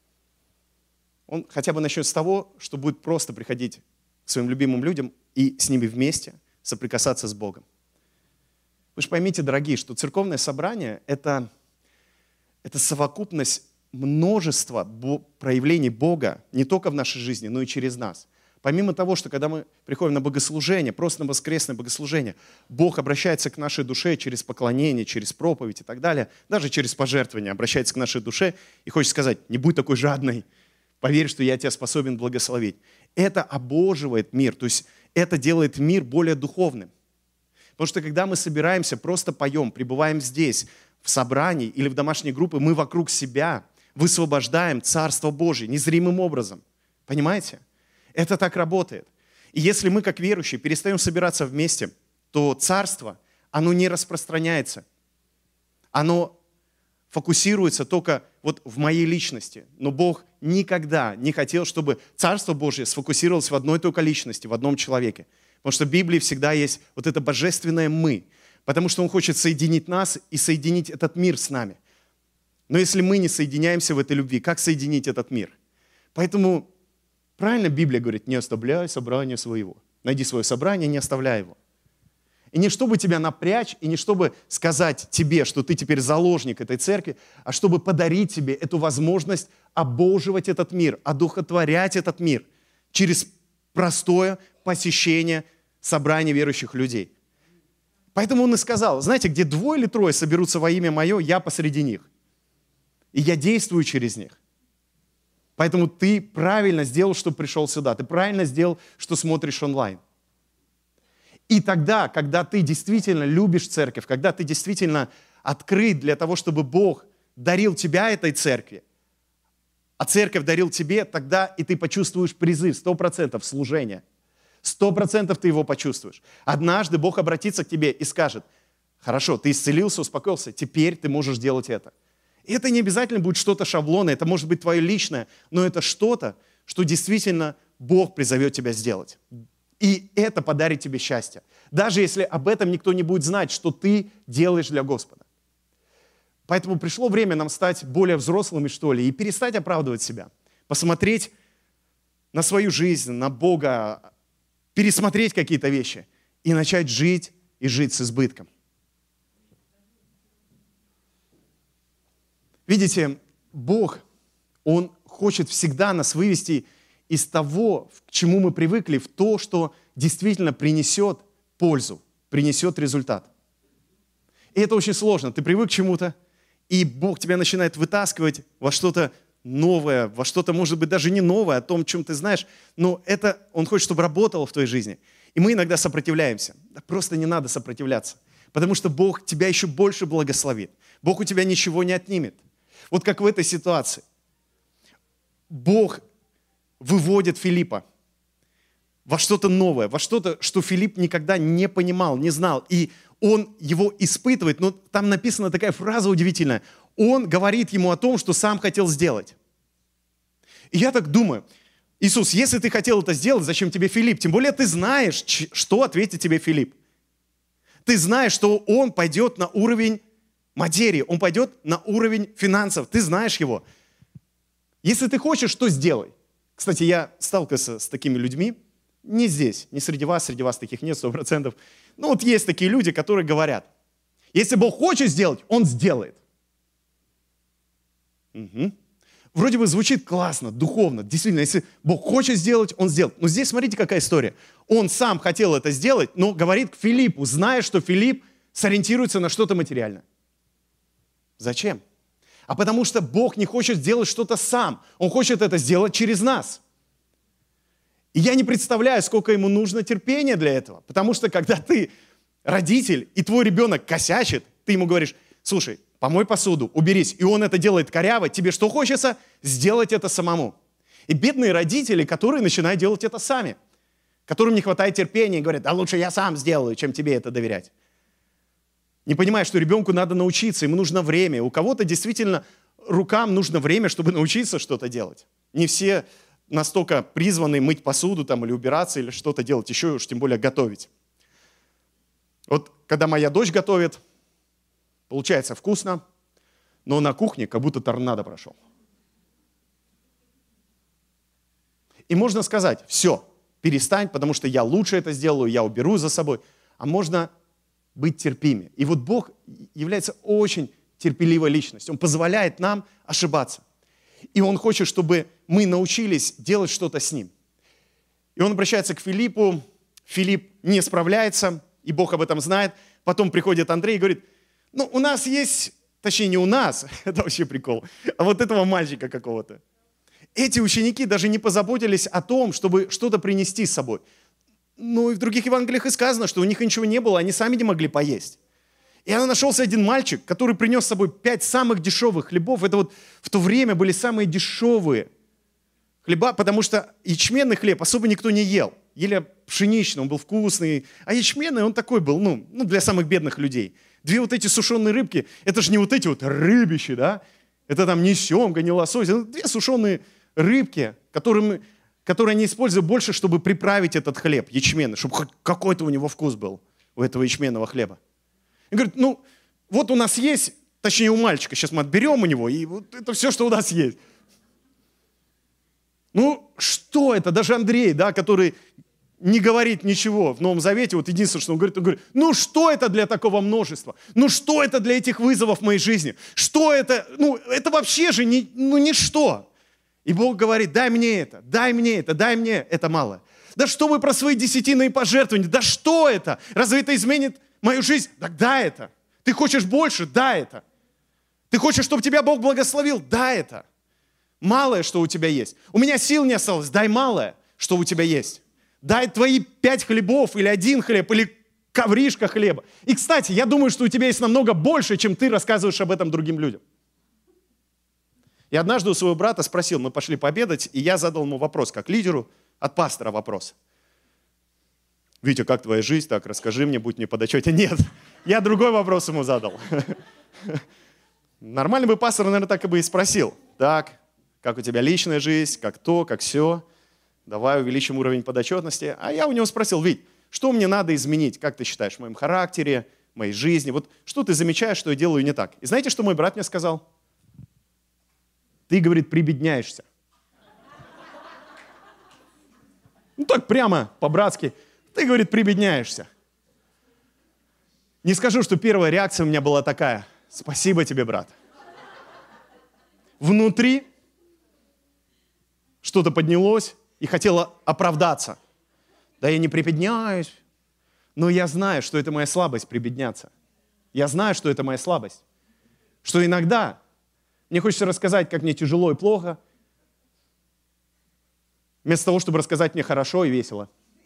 он хотя бы начнет с того, что будет просто приходить к своим любимым людям и с ними вместе соприкасаться с Богом. Вы же поймите, дорогие, что церковное собрание – это совокупность множества проявлений Бога не только в нашей жизни, но и через нас. Помимо того, что когда мы приходим на богослужение, просто на воскресное богослужение, Бог обращается к нашей душе через поклонение, через проповедь и так далее, даже через пожертвование обращается к нашей душе и хочет сказать: не будь такой жадной, поверь, что я тебя способен благословить. Это обоживает мир, то есть это делает мир более духовным. Потому что когда мы собираемся, просто поем, пребываем здесь, в собрании или в домашней группе, мы вокруг себя высвобождаем Царство Божие незримым образом. Понимаете? Это так работает. И если мы, как верующие, перестаем собираться вместе, то Царство, оно не распространяется. Оно фокусируется только вот в моей личности. Но Бог никогда не хотел, чтобы Царство Божие сфокусировалось в одной только личности, в одном человеке. Потому что в Библии всегда есть вот это божественное «мы». Потому что Он хочет соединить нас и соединить этот мир с нами. Но если мы не соединяемся в этой любви, как соединить этот мир? Поэтому правильно Библия говорит: не оставляй собрание своего. Найди свое собрание, не оставляй его. И не чтобы тебя напрячь, и не чтобы сказать тебе, что ты теперь заложник этой церкви, а чтобы подарить тебе эту возможность обоживать этот мир, одухотворять этот мир через простое посещение собрания верующих людей. Поэтому Он и сказал: знаете, где 2 или 3 соберутся во имя Мое, я посреди них. И я действую через них. Поэтому ты правильно сделал, что пришел сюда. Ты правильно сделал, что смотришь онлайн. И тогда, когда ты действительно любишь церковь, когда ты действительно открыт для того, чтобы Бог дарил тебя этой церкви, а церковь дарил тебе, тогда и ты почувствуешь призыв 100% служения. 100% ты его почувствуешь. Однажды Бог обратится к тебе и скажет: хорошо, ты исцелился, успокоился, теперь ты можешь делать это. И это не обязательно будет что-то шаблонное, это может быть твое личное, но это что-то, что действительно Бог призовет тебя сделать. И это подарит тебе счастье. Даже если об этом никто не будет знать, что ты делаешь для Господа. Поэтому пришло время нам стать более взрослыми, что ли, и перестать оправдывать себя. Посмотреть на свою жизнь, на Бога, пересмотреть какие-то вещи и начать жить и жить с избытком. Видите, Бог, Он хочет всегда нас вывести из того, к чему мы привыкли, в то, что действительно принесет пользу, принесет результат. И это очень сложно. Ты привык к чему-то, и Бог тебя начинает вытаскивать во что-то новое, во что-то, может быть, даже не новое, о том, чем ты знаешь, но это Он хочет, чтобы работало в твоей жизни. И мы иногда сопротивляемся. Да просто не надо сопротивляться, потому что Бог тебя еще больше благословит. Бог у тебя ничего не отнимет. Вот как в этой ситуации. Бог выводит Филиппа во что-то новое, во что-то, что Филипп никогда не понимал, не знал. И он его испытывает, но там написана такая фраза удивительная. Он говорит ему о том, что сам хотел сделать. И я так думаю, Иисус, если ты хотел это сделать, зачем тебе Филипп? Тем более ты знаешь, что ответит тебе Филипп. Ты знаешь, что он пойдет на уровень материи, он пойдет на уровень финансов. Ты знаешь его. Если ты хочешь, то сделай. Кстати, я сталкивался с такими людьми, не здесь, не среди вас таких нет 100%. Но вот есть такие люди, которые говорят, если Бог хочет сделать, Он сделает. Угу. Вроде бы звучит классно, духовно. Действительно, если Бог хочет сделать, Он сделает. Но здесь смотрите, какая история. Он сам хотел это сделать, но говорит к Филиппу, зная, что Филипп сориентируется на что-то материальное. Зачем? А потому что Бог не хочет сделать что-то сам. Он хочет это сделать через нас. И я не представляю, сколько ему нужно терпения для этого. Потому что когда ты родитель, и твой ребенок косячит, ты ему говоришь, слушай, помой посуду, уберись. И он это делает коряво. Тебе что хочется? Сделать это самому. И бедные родители, которые начинают делать это сами. Которым не хватает терпения и говорят, а лучше я сам сделаю, чем тебе это доверять. Не понимая, что ребенку надо научиться, ему нужно время. У кого-то действительно рукам нужно время, чтобы научиться что-то делать. Не все настолько призваны мыть посуду там, или убираться, или что-то делать, еще уж тем более готовить. Вот когда моя дочь готовит, получается вкусно, но на кухне как будто торнадо прошел. И можно сказать, все, перестань, потому что я лучше это сделаю, я уберу за собой. А можно быть терпимее. И вот Бог является очень терпеливой личностью. Он позволяет нам ошибаться. И Он хочет, чтобы мы научились делать что-то с Ним. И Он обращается к Филиппу. Филипп не справляется, и Бог об этом знает. Потом приходит Андрей и говорит, ну, у нас есть, точнее, не у нас, это вообще прикол, а вот этого мальчика какого-то. Эти ученики даже не позаботились о том, чтобы что-то принести с собой. Ну, и в других Евангелиях и сказано, что у них ничего не было, они сами не могли поесть. И нашелся один мальчик, который принес с собой 5 самых дешевых хлебов. Это вот в то время были самые дешевые хлеба, потому что ячменный хлеб особо никто не ел. Ели пшеничный, он был вкусный. А ячменный, он такой был, ну для самых бедных людей. 2 вот эти сушеные рыбки, это же не вот эти вот рыбищи, да? Это там не семга, не лосось. Это 2 сушеные рыбки, которые они используют больше, чтобы приправить этот хлеб ячменный, чтобы хоть какой-то у него вкус был, у этого ячменного хлеба. И говорит, ну, вот у нас есть, точнее у мальчика, сейчас мы отберем у него, и вот это все, что у нас есть. Ну, что это? Даже Андрей, да, который не говорит ничего в Новом Завете, вот единственное, что он говорит, ну, что это для такого множества? Ну, что это для этих вызовов в моей жизни? Что это? Ну, это вообще же ничто. И Бог говорит, дай мне это, дай мне это мало. Да что вы про свои десятины и пожертвования? Да что это? Разве это изменит мою жизнь? Так дай это. Ты хочешь больше? Дай это. Ты хочешь, чтобы тебя Бог благословил? Дай это. Малое, что у тебя есть. У меня сил не осталось. Дай малое, что у тебя есть. Дай твои 5 хлебов или 1 хлеб, или ковришка хлеба. И, кстати, я думаю, что у тебя есть намного больше, чем ты рассказываешь об этом другим людям. И однажды у своего брата спросил, мы пошли пообедать, и я задал ему вопрос, как лидеру, от пастора вопрос. Витя, как твоя жизнь? Так, расскажи мне, будь мне подотчете. Нет, я другой вопрос ему задал. Нормальный бы пастор, наверное, так и бы и спросил. Так, как у тебя личная жизнь, как то, как все. Давай увеличим уровень подотчетности. А я у него спросил, Вить, что мне надо изменить, как ты считаешь, в моем характере, в моей жизни? Вот что ты замечаешь, что я делаю не так? И знаете, что мой брат мне сказал? Ты, говорит, прибедняешься. Ну так прямо, по-братски. Ты, говорит, прибедняешься. Не скажу, что первая реакция у меня была такая. Спасибо тебе, брат. Внутри что-то поднялось и хотело оправдаться. Да я не прибедняюсь. Но я знаю, что это моя слабость прибедняться. Я знаю, что это моя слабость. Что иногда мне хочется рассказать, как мне тяжело и плохо, вместо того, чтобы рассказать мне хорошо и весело.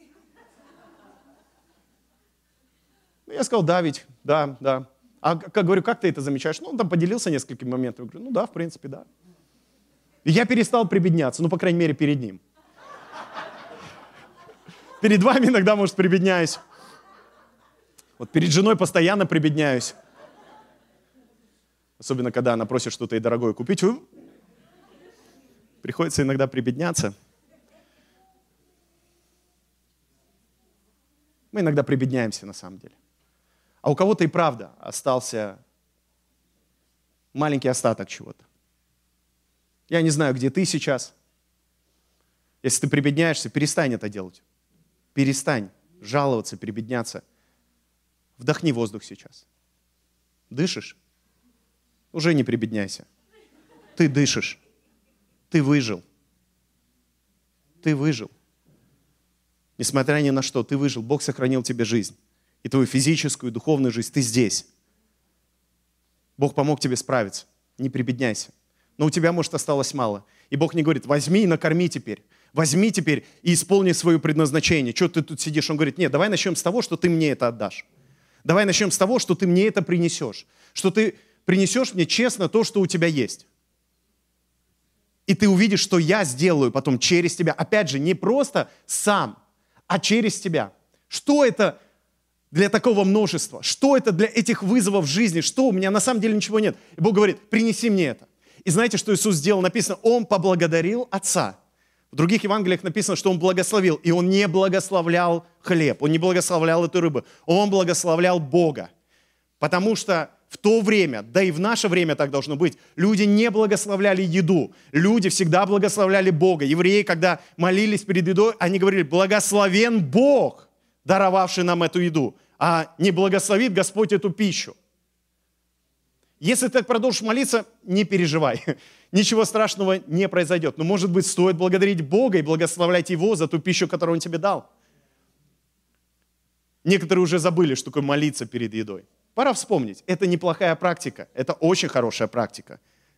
Я сказал, да, ведь, да. А говорю, как ты это замечаешь? Ну, он там поделился несколькими моментами. Я говорю, ну да, в принципе, да. И я перестал прибедняться, ну, по крайней мере, перед ним. Перед вами иногда, может, прибедняюсь. Вот перед женой постоянно прибедняюсь. Особенно, когда она просит что-то и дорогое купить. Приходится иногда прибедняться. Мы иногда прибедняемся на самом деле. А у кого-то и правда остался маленький остаток чего-то. Я не знаю, где ты сейчас. Если ты прибедняешься, перестань это делать. Перестань жаловаться, прибедняться. Вдохни воздух сейчас. Дышишь? Уже не прибедняйся. Ты дышишь. Ты выжил. Ты выжил. Несмотря ни на что, ты выжил. Бог сохранил тебе жизнь. И твою физическую, и духовную жизнь. Ты здесь. Бог помог тебе справиться. Не прибедняйся. Но у тебя, может, осталось мало. И Бог не говорит, возьми и накорми теперь. Возьми теперь и исполни свое предназначение. Что ты тут сидишь? Он говорит, нет, давай начнем с того, что ты мне это отдашь. Давай начнем с того, что ты мне это принесешь. Что ты принесешь мне честно то, что у тебя есть. И ты увидишь, что я сделаю потом через тебя. Опять же, не просто сам, а через тебя. Что это для такого множества? Что это для этих вызовов в жизни? Что у меня на самом деле ничего нет? И Бог говорит, принеси мне это. И знаете, что Иисус сделал? Написано, Он поблагодарил Отца. В других Евангелиях написано, что Он благословил. И Он не благословлял хлеб, Он не благословлял эту рыбу. Он благословлял Бога. Потому что в то время, да и в наше время так должно быть, люди не благословляли еду. Люди всегда благословляли Бога. Евреи, когда молились перед едой, они говорили, благословен Бог, даровавший нам эту еду, а не благословит Господь эту пищу. Если ты продолжишь молиться, не переживай. Ничего страшного не произойдет. Но, может быть, стоит благодарить Бога и благословлять Его за ту пищу, которую Он тебе дал. Некоторые уже забыли, что такое молиться перед едой. Пора вспомнить. Это неплохая практика. Это очень хорошая практика.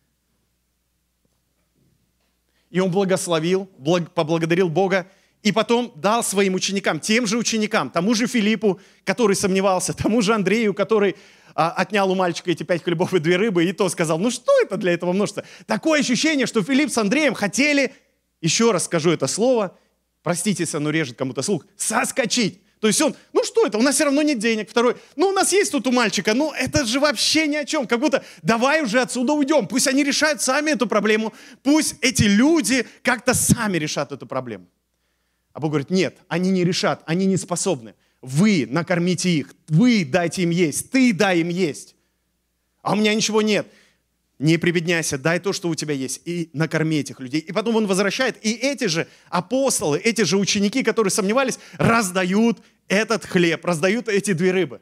И он благословил, поблагодарил Бога. И потом дал своим ученикам, тем же ученикам, тому же Филиппу, который сомневался, тому же Андрею, который отнял у мальчика эти 5 хлебов и 2 рыбы, и то сказал, ну что это для этого множества? Такое ощущение, что Филипп с Андреем хотели, еще раз скажу это слово, простите, если оно режет кому-то слух, соскочить. То есть он, ну что это, у нас все равно нет денег. Второй, ну у нас есть тут у мальчика, ну это же вообще ни о чем. Как будто давай уже отсюда уйдем. Пусть они решают сами эту проблему. Пусть эти люди как-то сами решат эту проблему. А Бог говорит, нет, они не решат, они не способны. Вы накормите их, вы дайте им есть, ты дай им есть. А у меня ничего нет. Не прибедняйся, дай то, что у тебя есть, и накорми этих людей. И потом он возвращает, и эти же апостолы, эти же ученики, которые сомневались, раздают этот хлеб, раздают эти 2 рыбы.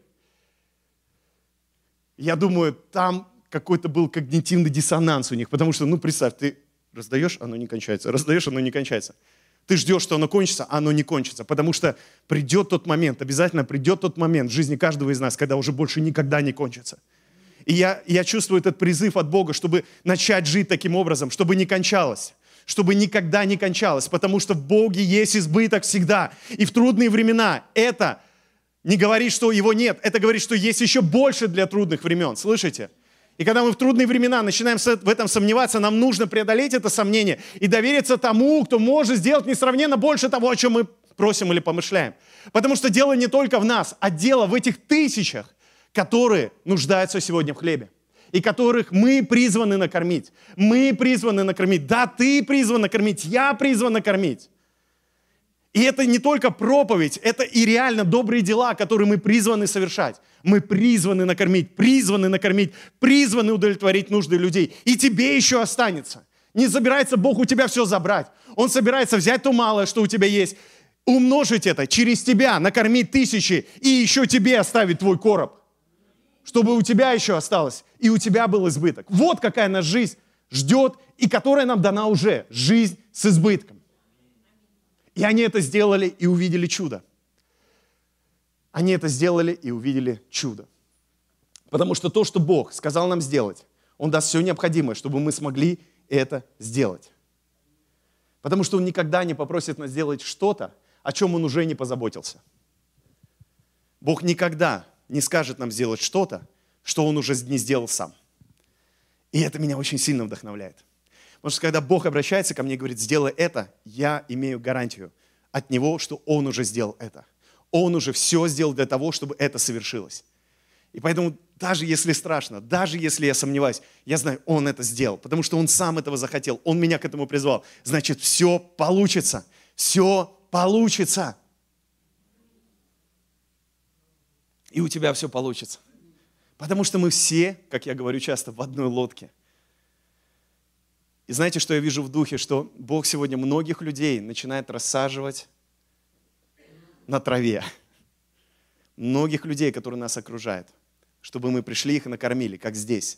Я думаю, там какой-то был когнитивный диссонанс у них, потому что, ну представь, ты раздаешь, оно не кончается, раздаешь, оно не кончается. Ты ждешь, что оно кончится, а оно не кончится, потому что придет тот момент, обязательно придет тот момент в жизни каждого из нас, когда уже больше никогда не кончится. И я чувствую этот призыв от Бога, чтобы начать жить таким образом, чтобы не кончалось, чтобы никогда не кончалось, потому что в Боге есть избыток всегда. И в трудные времена это не говорит, что его нет, это говорит, что есть еще больше для трудных времен. Слышите? И когда мы в трудные времена начинаем в этом сомневаться, нам нужно преодолеть это сомнение и довериться тому, кто может сделать несравненно больше того, о чем мы просим или помышляем. Потому что дело не только в нас, а дело в этих тысячах, которые нуждаются сегодня в хлебе. И которых мы призваны накормить. Мы призваны накормить. Да, ты призван накормить, я призван накормить. И это не только проповедь, это и реально добрые дела, которые мы призваны совершать. Мы призваны накормить, призваны удовлетворить нужды людей. И тебе еще останется. Не собирается Бог у тебя все забрать. Он собирается взять то малое, что у тебя есть, умножить это через тебя, накормить тысячи и еще тебе оставить твой короб. Чтобы у тебя еще осталось, и у тебя был избыток. Вот какая нас жизнь ждет, и которая нам дана уже. Жизнь с избытком. И они это сделали и увидели чудо. Они это сделали и увидели чудо. Потому что то, что Бог сказал нам сделать, Он даст все необходимое, чтобы мы смогли это сделать. Потому что Он никогда не попросит нас сделать что-то, о чем Он уже не позаботился. Бог никогда не скажет нам сделать что-то, что Он уже не сделал сам. И это меня очень сильно вдохновляет. Потому что когда Бог обращается ко мне и говорит, сделай это, я имею гарантию от Него, что Он уже сделал это. Он уже все сделал для того, чтобы это совершилось. И поэтому даже если страшно, даже если я сомневаюсь, я знаю, Он это сделал, потому что Он сам этого захотел, Он меня к этому призвал. Значит, все получится, все получится. И у тебя все получится. Потому что мы все, как я говорю часто, в одной лодке. И знаете, что я вижу в духе? Что Бог сегодня многих людей начинает рассаживать на траве. Многих людей, которые нас окружают. Чтобы мы пришли их и накормили, как здесь.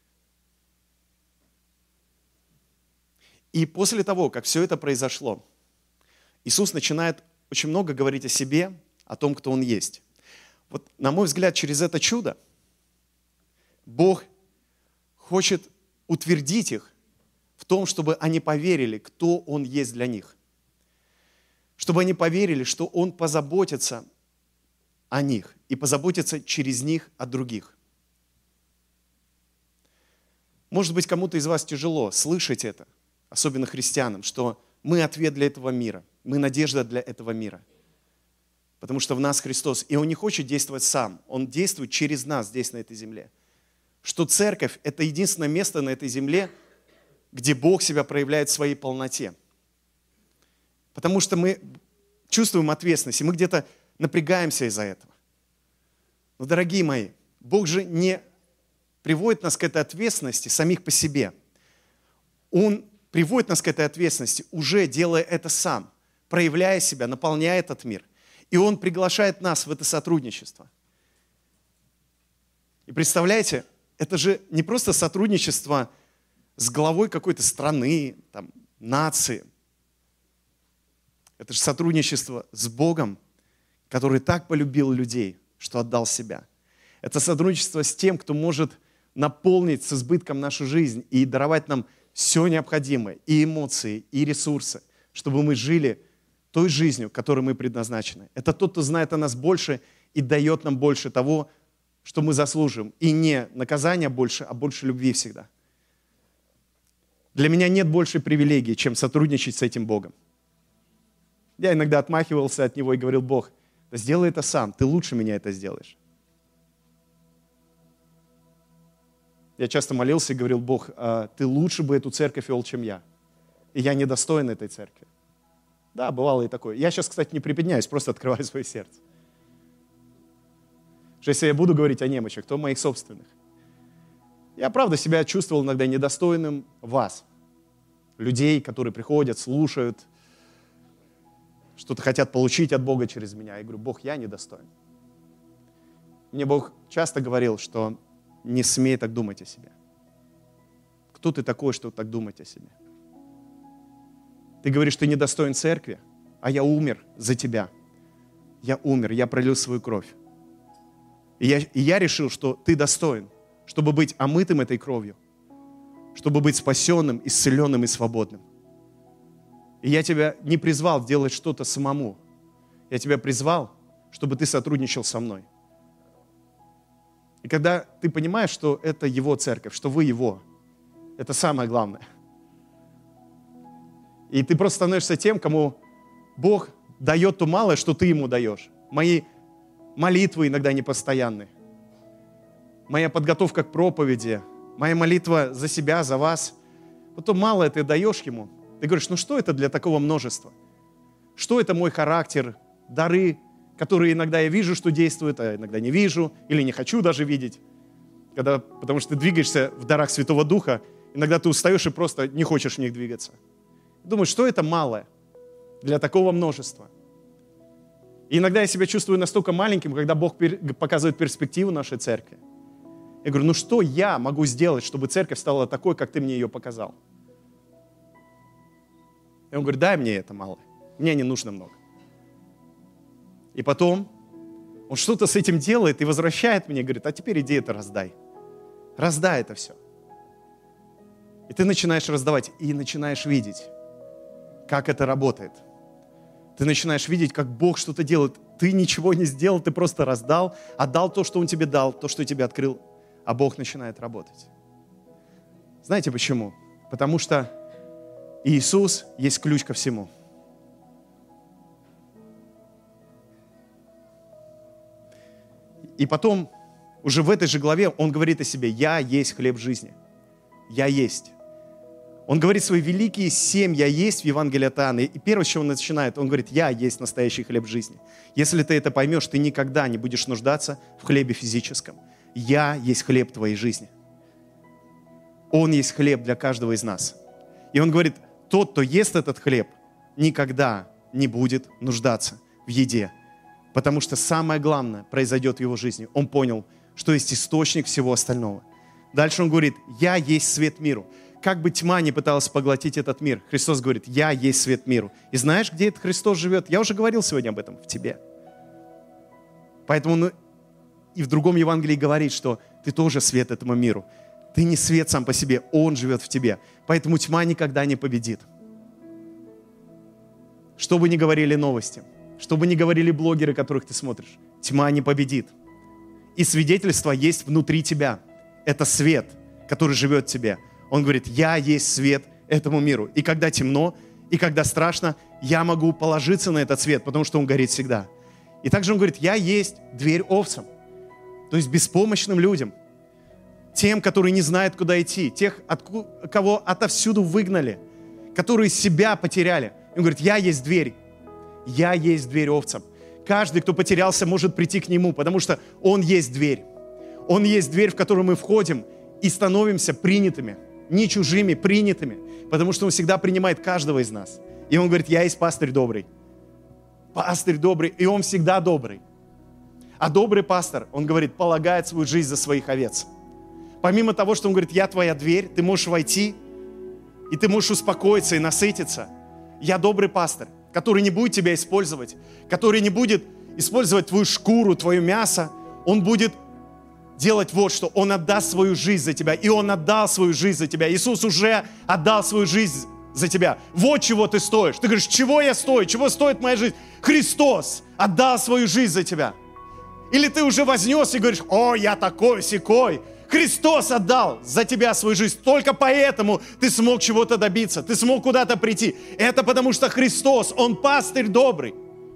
И после того, как все это произошло, Иисус начинает очень много говорить о себе, о том, кто Он есть. Вот, на мой взгляд, через это чудо Бог хочет утвердить их в том, чтобы они поверили, кто Он есть для них. Чтобы они поверили, что Он позаботится о них и позаботится через них о других. Может быть, кому-то из вас тяжело слышать это, особенно христианам, что мы ответ для этого мира, мы надежда для этого мира. Потому что в нас Христос, и Он не хочет действовать сам, Он действует через нас здесь, на этой земле. Что церковь – это единственное место на этой земле, где Бог себя проявляет в своей полноте. Потому что мы чувствуем ответственность, и мы где-то напрягаемся из-за этого. Но, дорогие мои, Бог же не приводит нас к этой ответственности самих по себе. Он приводит нас к этой ответственности, уже делая это сам, проявляя себя, наполняя этот мир. И Он приглашает нас в это сотрудничество. И представляете, это же не просто сотрудничество с главой какой-то страны, там, нации. Это же сотрудничество с Богом, который так полюбил людей, что отдал себя. Это сотрудничество с тем, кто может наполнить с избытком нашу жизнь и даровать нам все необходимое, и эмоции, и ресурсы, чтобы мы жили той жизнью, которой мы предназначены. Это тот, кто знает о нас больше и дает нам больше того, что мы заслуживаем. И не наказания больше, а больше любви всегда. Для меня нет большей привилегии, чем сотрудничать с этим Богом. Я иногда отмахивался от Него и говорил: Бог, да сделай это сам, ты лучше меня это сделаешь. Я часто молился и говорил: Бог, ты лучше бы эту церковь вел, чем я. И я недостоин этой церкви. Да, бывало и такое. Я сейчас, кстати, не приподняюсь, просто открываю свое сердце. Что если я буду говорить о немощах, то моих собственных. Я, правда, себя чувствовал иногда недостойным вас. Людей, которые приходят, слушают, что-то хотят получить от Бога через меня. Я говорю: Бог, я недостоин. Мне Бог часто говорил, что не смей так думать о себе. Кто ты такой, чтобы так думать о себе? Ты говоришь, ты недостоин церкви, а я умер за тебя. Я умер, я пролил свою кровь. И я решил, что ты достоин, чтобы быть омытым этой кровью, чтобы быть спасенным, исцеленным и свободным. И я тебя не призвал делать что-то самому. Я тебя призвал, чтобы ты сотрудничал со мной. И когда ты понимаешь, что это Его церковь, что вы Его, это самое главное. И ты просто становишься тем, кому Бог дает то малое, что ты Ему даешь. Мои молитвы иногда непостоянны. Моя подготовка к проповеди, моя молитва за себя, за вас. Вот то малое ты даешь Ему. Ты говоришь: ну что это для такого множества? Что это мой характер, дары, которые иногда я вижу, что действуют, а иногда не вижу, или не хочу даже видеть. Потому что ты двигаешься в дарах Святого Духа, иногда ты устаешь и просто не хочешь в них двигаться. Думаешь, что это малое для такого множества? И иногда я себя чувствую настолько маленьким, когда Бог показывает перспективу нашей церкви. Я говорю: ну что я могу сделать, чтобы церковь стала такой, как ты мне ее показал? И он говорит: дай мне это малое, мне не нужно много. И потом он что-то с этим делает и возвращает мне, говорит: а теперь иди это раздай. Раздай это все. И ты начинаешь раздавать, и начинаешь видеть, как это работает. Ты начинаешь видеть, как Бог что-то делает. Ты ничего не сделал, ты просто раздал, отдал то, что Он тебе дал, то, что тебе открыл, а Бог начинает работать. Знаете почему? Потому что Иисус есть ключ ко всему. И потом, уже в этой же главе, он говорит о себе: «Я есть хлеб жизни». «Я есть». Он говорит свои великие 7 «я есть» в Евангелии от Иоанна. И первое, с чего он начинает, он говорит: «Я есть настоящий хлеб жизни». Если ты это поймешь, ты никогда не будешь нуждаться в хлебе физическом. «Я есть хлеб твоей жизни». Он есть хлеб для каждого из нас. И он говорит: тот, кто ест этот хлеб, никогда не будет нуждаться в еде. Потому что самое главное произойдет в его жизни. Он понял, что есть источник всего остального. Дальше он говорит: «Я есть свет миру». Как бы тьма не пыталась поглотить этот мир, Христос говорит: «Я есть свет миру». И знаешь, где этот Христос живет? Я уже говорил сегодня об этом, в тебе. Поэтому он и в другом Евангелии говорит, что ты тоже свет этому миру. Ты не свет сам по себе, Он живет в тебе. Поэтому тьма никогда не победит. Что бы ни говорили новости, что бы ни говорили блогеры, которых ты смотришь, тьма не победит. И свидетельство есть внутри тебя. Это свет, который живет в тебе. Он говорит: «Я есть свет этому миру». И когда темно, и когда страшно, я могу положиться на этот свет, потому что он горит всегда. И также он говорит: «Я есть дверь овцам». То есть беспомощным людям, тем, которые не знают, куда идти, тех, кого отовсюду выгнали, которые себя потеряли. Он говорит: «Я есть дверь. Я есть дверь овцам». Каждый, кто потерялся, может прийти к Нему, потому что Он есть дверь. Он есть дверь, в которую мы входим и становимся принятыми. Не чужими, принятыми. Потому что Он всегда принимает каждого из нас. И Он говорит: «Я есть пастырь добрый». Пастырь добрый, и Он всегда добрый. А добрый пастор, он говорит, полагает свою жизнь за своих овец. Помимо того, что он говорит: «Я твоя дверь», ты можешь войти, и ты можешь успокоиться и насытиться. Я добрый пастор, который не будет тебя использовать, который не будет использовать твою шкуру, твое мясо. Он будет делать вот что. Он отдаст свою жизнь за тебя. И Он отдал свою жизнь за тебя. Иисус уже отдал свою жизнь за тебя. Вот чего ты стоишь. Ты говоришь: чего я стою? Чего стоит моя жизнь? Христос отдал свою жизнь за тебя. Или ты уже вознес и говоришь: «О, я такой-сякой». Христос отдал за тебя свою жизнь. Только поэтому ты смог чего-то добиться. Ты смог куда-то прийти. Это потому что Христос, Он пастырь добрый.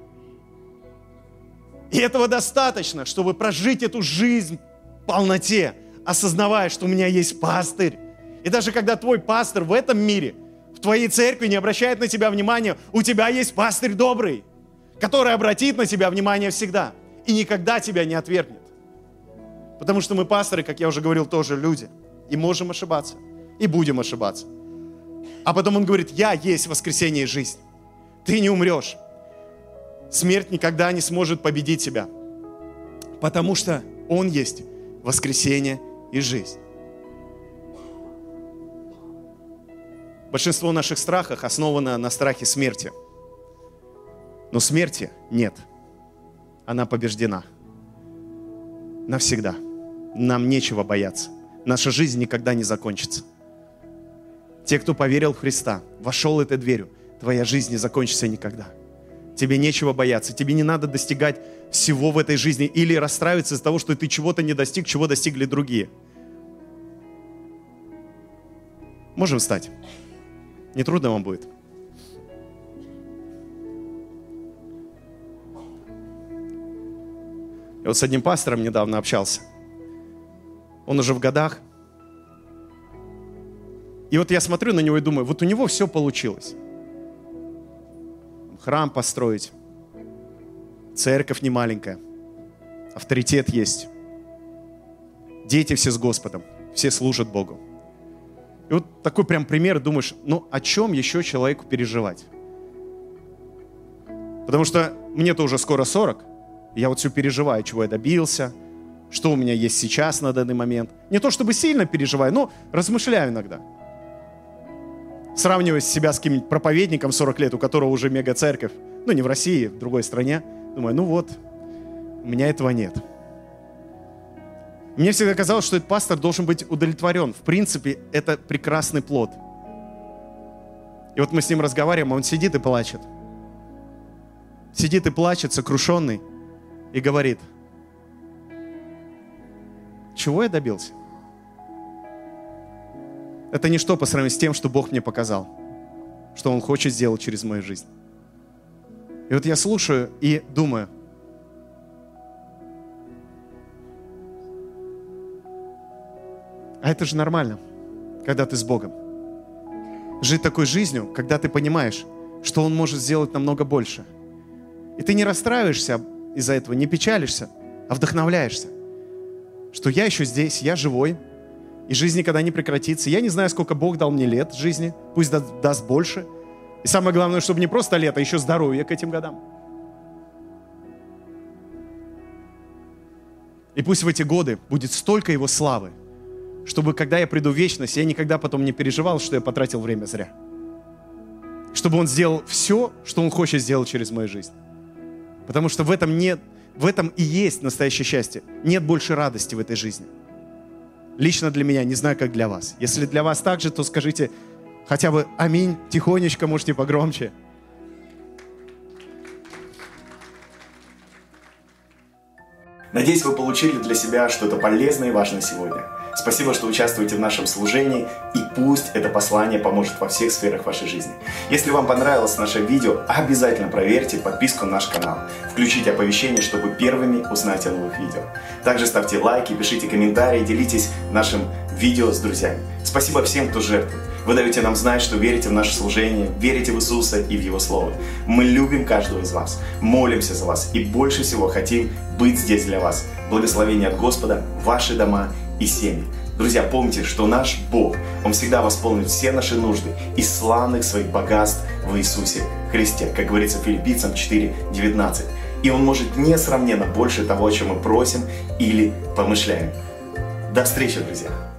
И этого достаточно, чтобы прожить эту жизнь в полноте, осознавая, что у меня есть пастырь. И даже когда твой пастор в этом мире, в твоей церкви не обращает на тебя внимания, у тебя есть пастырь добрый, который обратит на тебя внимание всегда и никогда тебя не отвергнет. Потому что мы пасторы, как я уже говорил, тоже люди. И можем ошибаться. И будем ошибаться. А потом он говорит: «Я есть воскресение и жизнь». Ты не умрешь. Смерть никогда не сможет победить тебя. Потому что Он есть воскресение и жизнь. Большинство наших страхов основано на страхе смерти. Но смерти нет. Она побеждена. Навсегда. Нам нечего бояться. Наша жизнь никогда не закончится. Те, кто поверил в Христа, вошел этой дверью, твоя жизнь не закончится никогда. Тебе нечего бояться. Тебе не надо достигать всего в этой жизни или расстраиваться из-за того, что ты чего-то не достиг, чего достигли другие. Можем встать? Не трудно вам будет? Я вот с одним пастором недавно общался. Он уже в годах. И вот я смотрю на него и думаю, вот у него все получилось. Храм построить, церковь не маленькая, авторитет есть, дети все с Господом, все служат Богу. И вот такой прям пример, думаешь, ну о чем еще человеку переживать? Потому что мне-то уже скоро 40, я вот все переживаю, чего я добился, что у меня есть сейчас на данный момент. Не то чтобы сильно переживаю, но размышляю иногда. Сравниваю себя с каким-нибудь проповедником 40 лет, у которого уже мега-церковь, ну не в России, в другой стране. Думаю, ну вот, у меня этого нет. Мне всегда казалось, что этот пастор должен быть удовлетворен. В принципе, это прекрасный плод. И вот мы с ним разговариваем, а он сидит и плачет. Сидит и плачет, сокрушенный, и говорит: чего я добился? Это ничто по сравнению с тем, что Бог мне показал, что Он хочет сделать через мою жизнь. И вот я слушаю и думаю, А это же нормально, когда ты с Богом. Жить такой жизнью, когда ты понимаешь, что Он может сделать намного больше. И ты не расстраиваешься из-за этого, не печалишься, а вдохновляешься. Что я еще здесь, я живой, и жизнь никогда не прекратится. Я не знаю, сколько Бог дал мне лет жизни, пусть даст больше. И самое главное, чтобы не просто лет, а еще здоровье к этим годам. И пусть в эти годы будет столько Его славы, чтобы, когда я приду в вечность, я никогда потом не переживал, что я потратил время зря. Чтобы Он сделал все, что Он хочет сделать через мою жизнь. Потому что в этом и есть настоящее счастье. Нет больше радости в этой жизни. Лично для меня, не знаю, как для вас. Если для вас так же, то скажите хотя бы аминь, тихонечко, можете погромче. Надеюсь, вы получили для себя что-то полезное и важное сегодня. Спасибо, что участвуете в нашем служении, и пусть это послание поможет во всех сферах вашей жизни. Если вам понравилось наше видео, обязательно проверьте подписку на наш канал. Включите оповещения, чтобы первыми узнать о новых видео. Также ставьте лайки, пишите комментарии, делитесь нашим видео с друзьями. Спасибо всем, кто жертвует. Вы даете нам знать, что верите в наше служение, верите в Иисуса и в Его Слово. Мы любим каждого из вас, молимся за вас и больше всего хотим быть здесь для вас. Благословение от Господа, ваши дома и семьи. Друзья, помните, что наш Бог, Он всегда восполнит все наши нужды из славных своих богатств в Иисусе Христе, как говорится в Филиппийцам 4:19. И Он может несравненно больше того, о чем мы просим или помышляем. До встречи, друзья!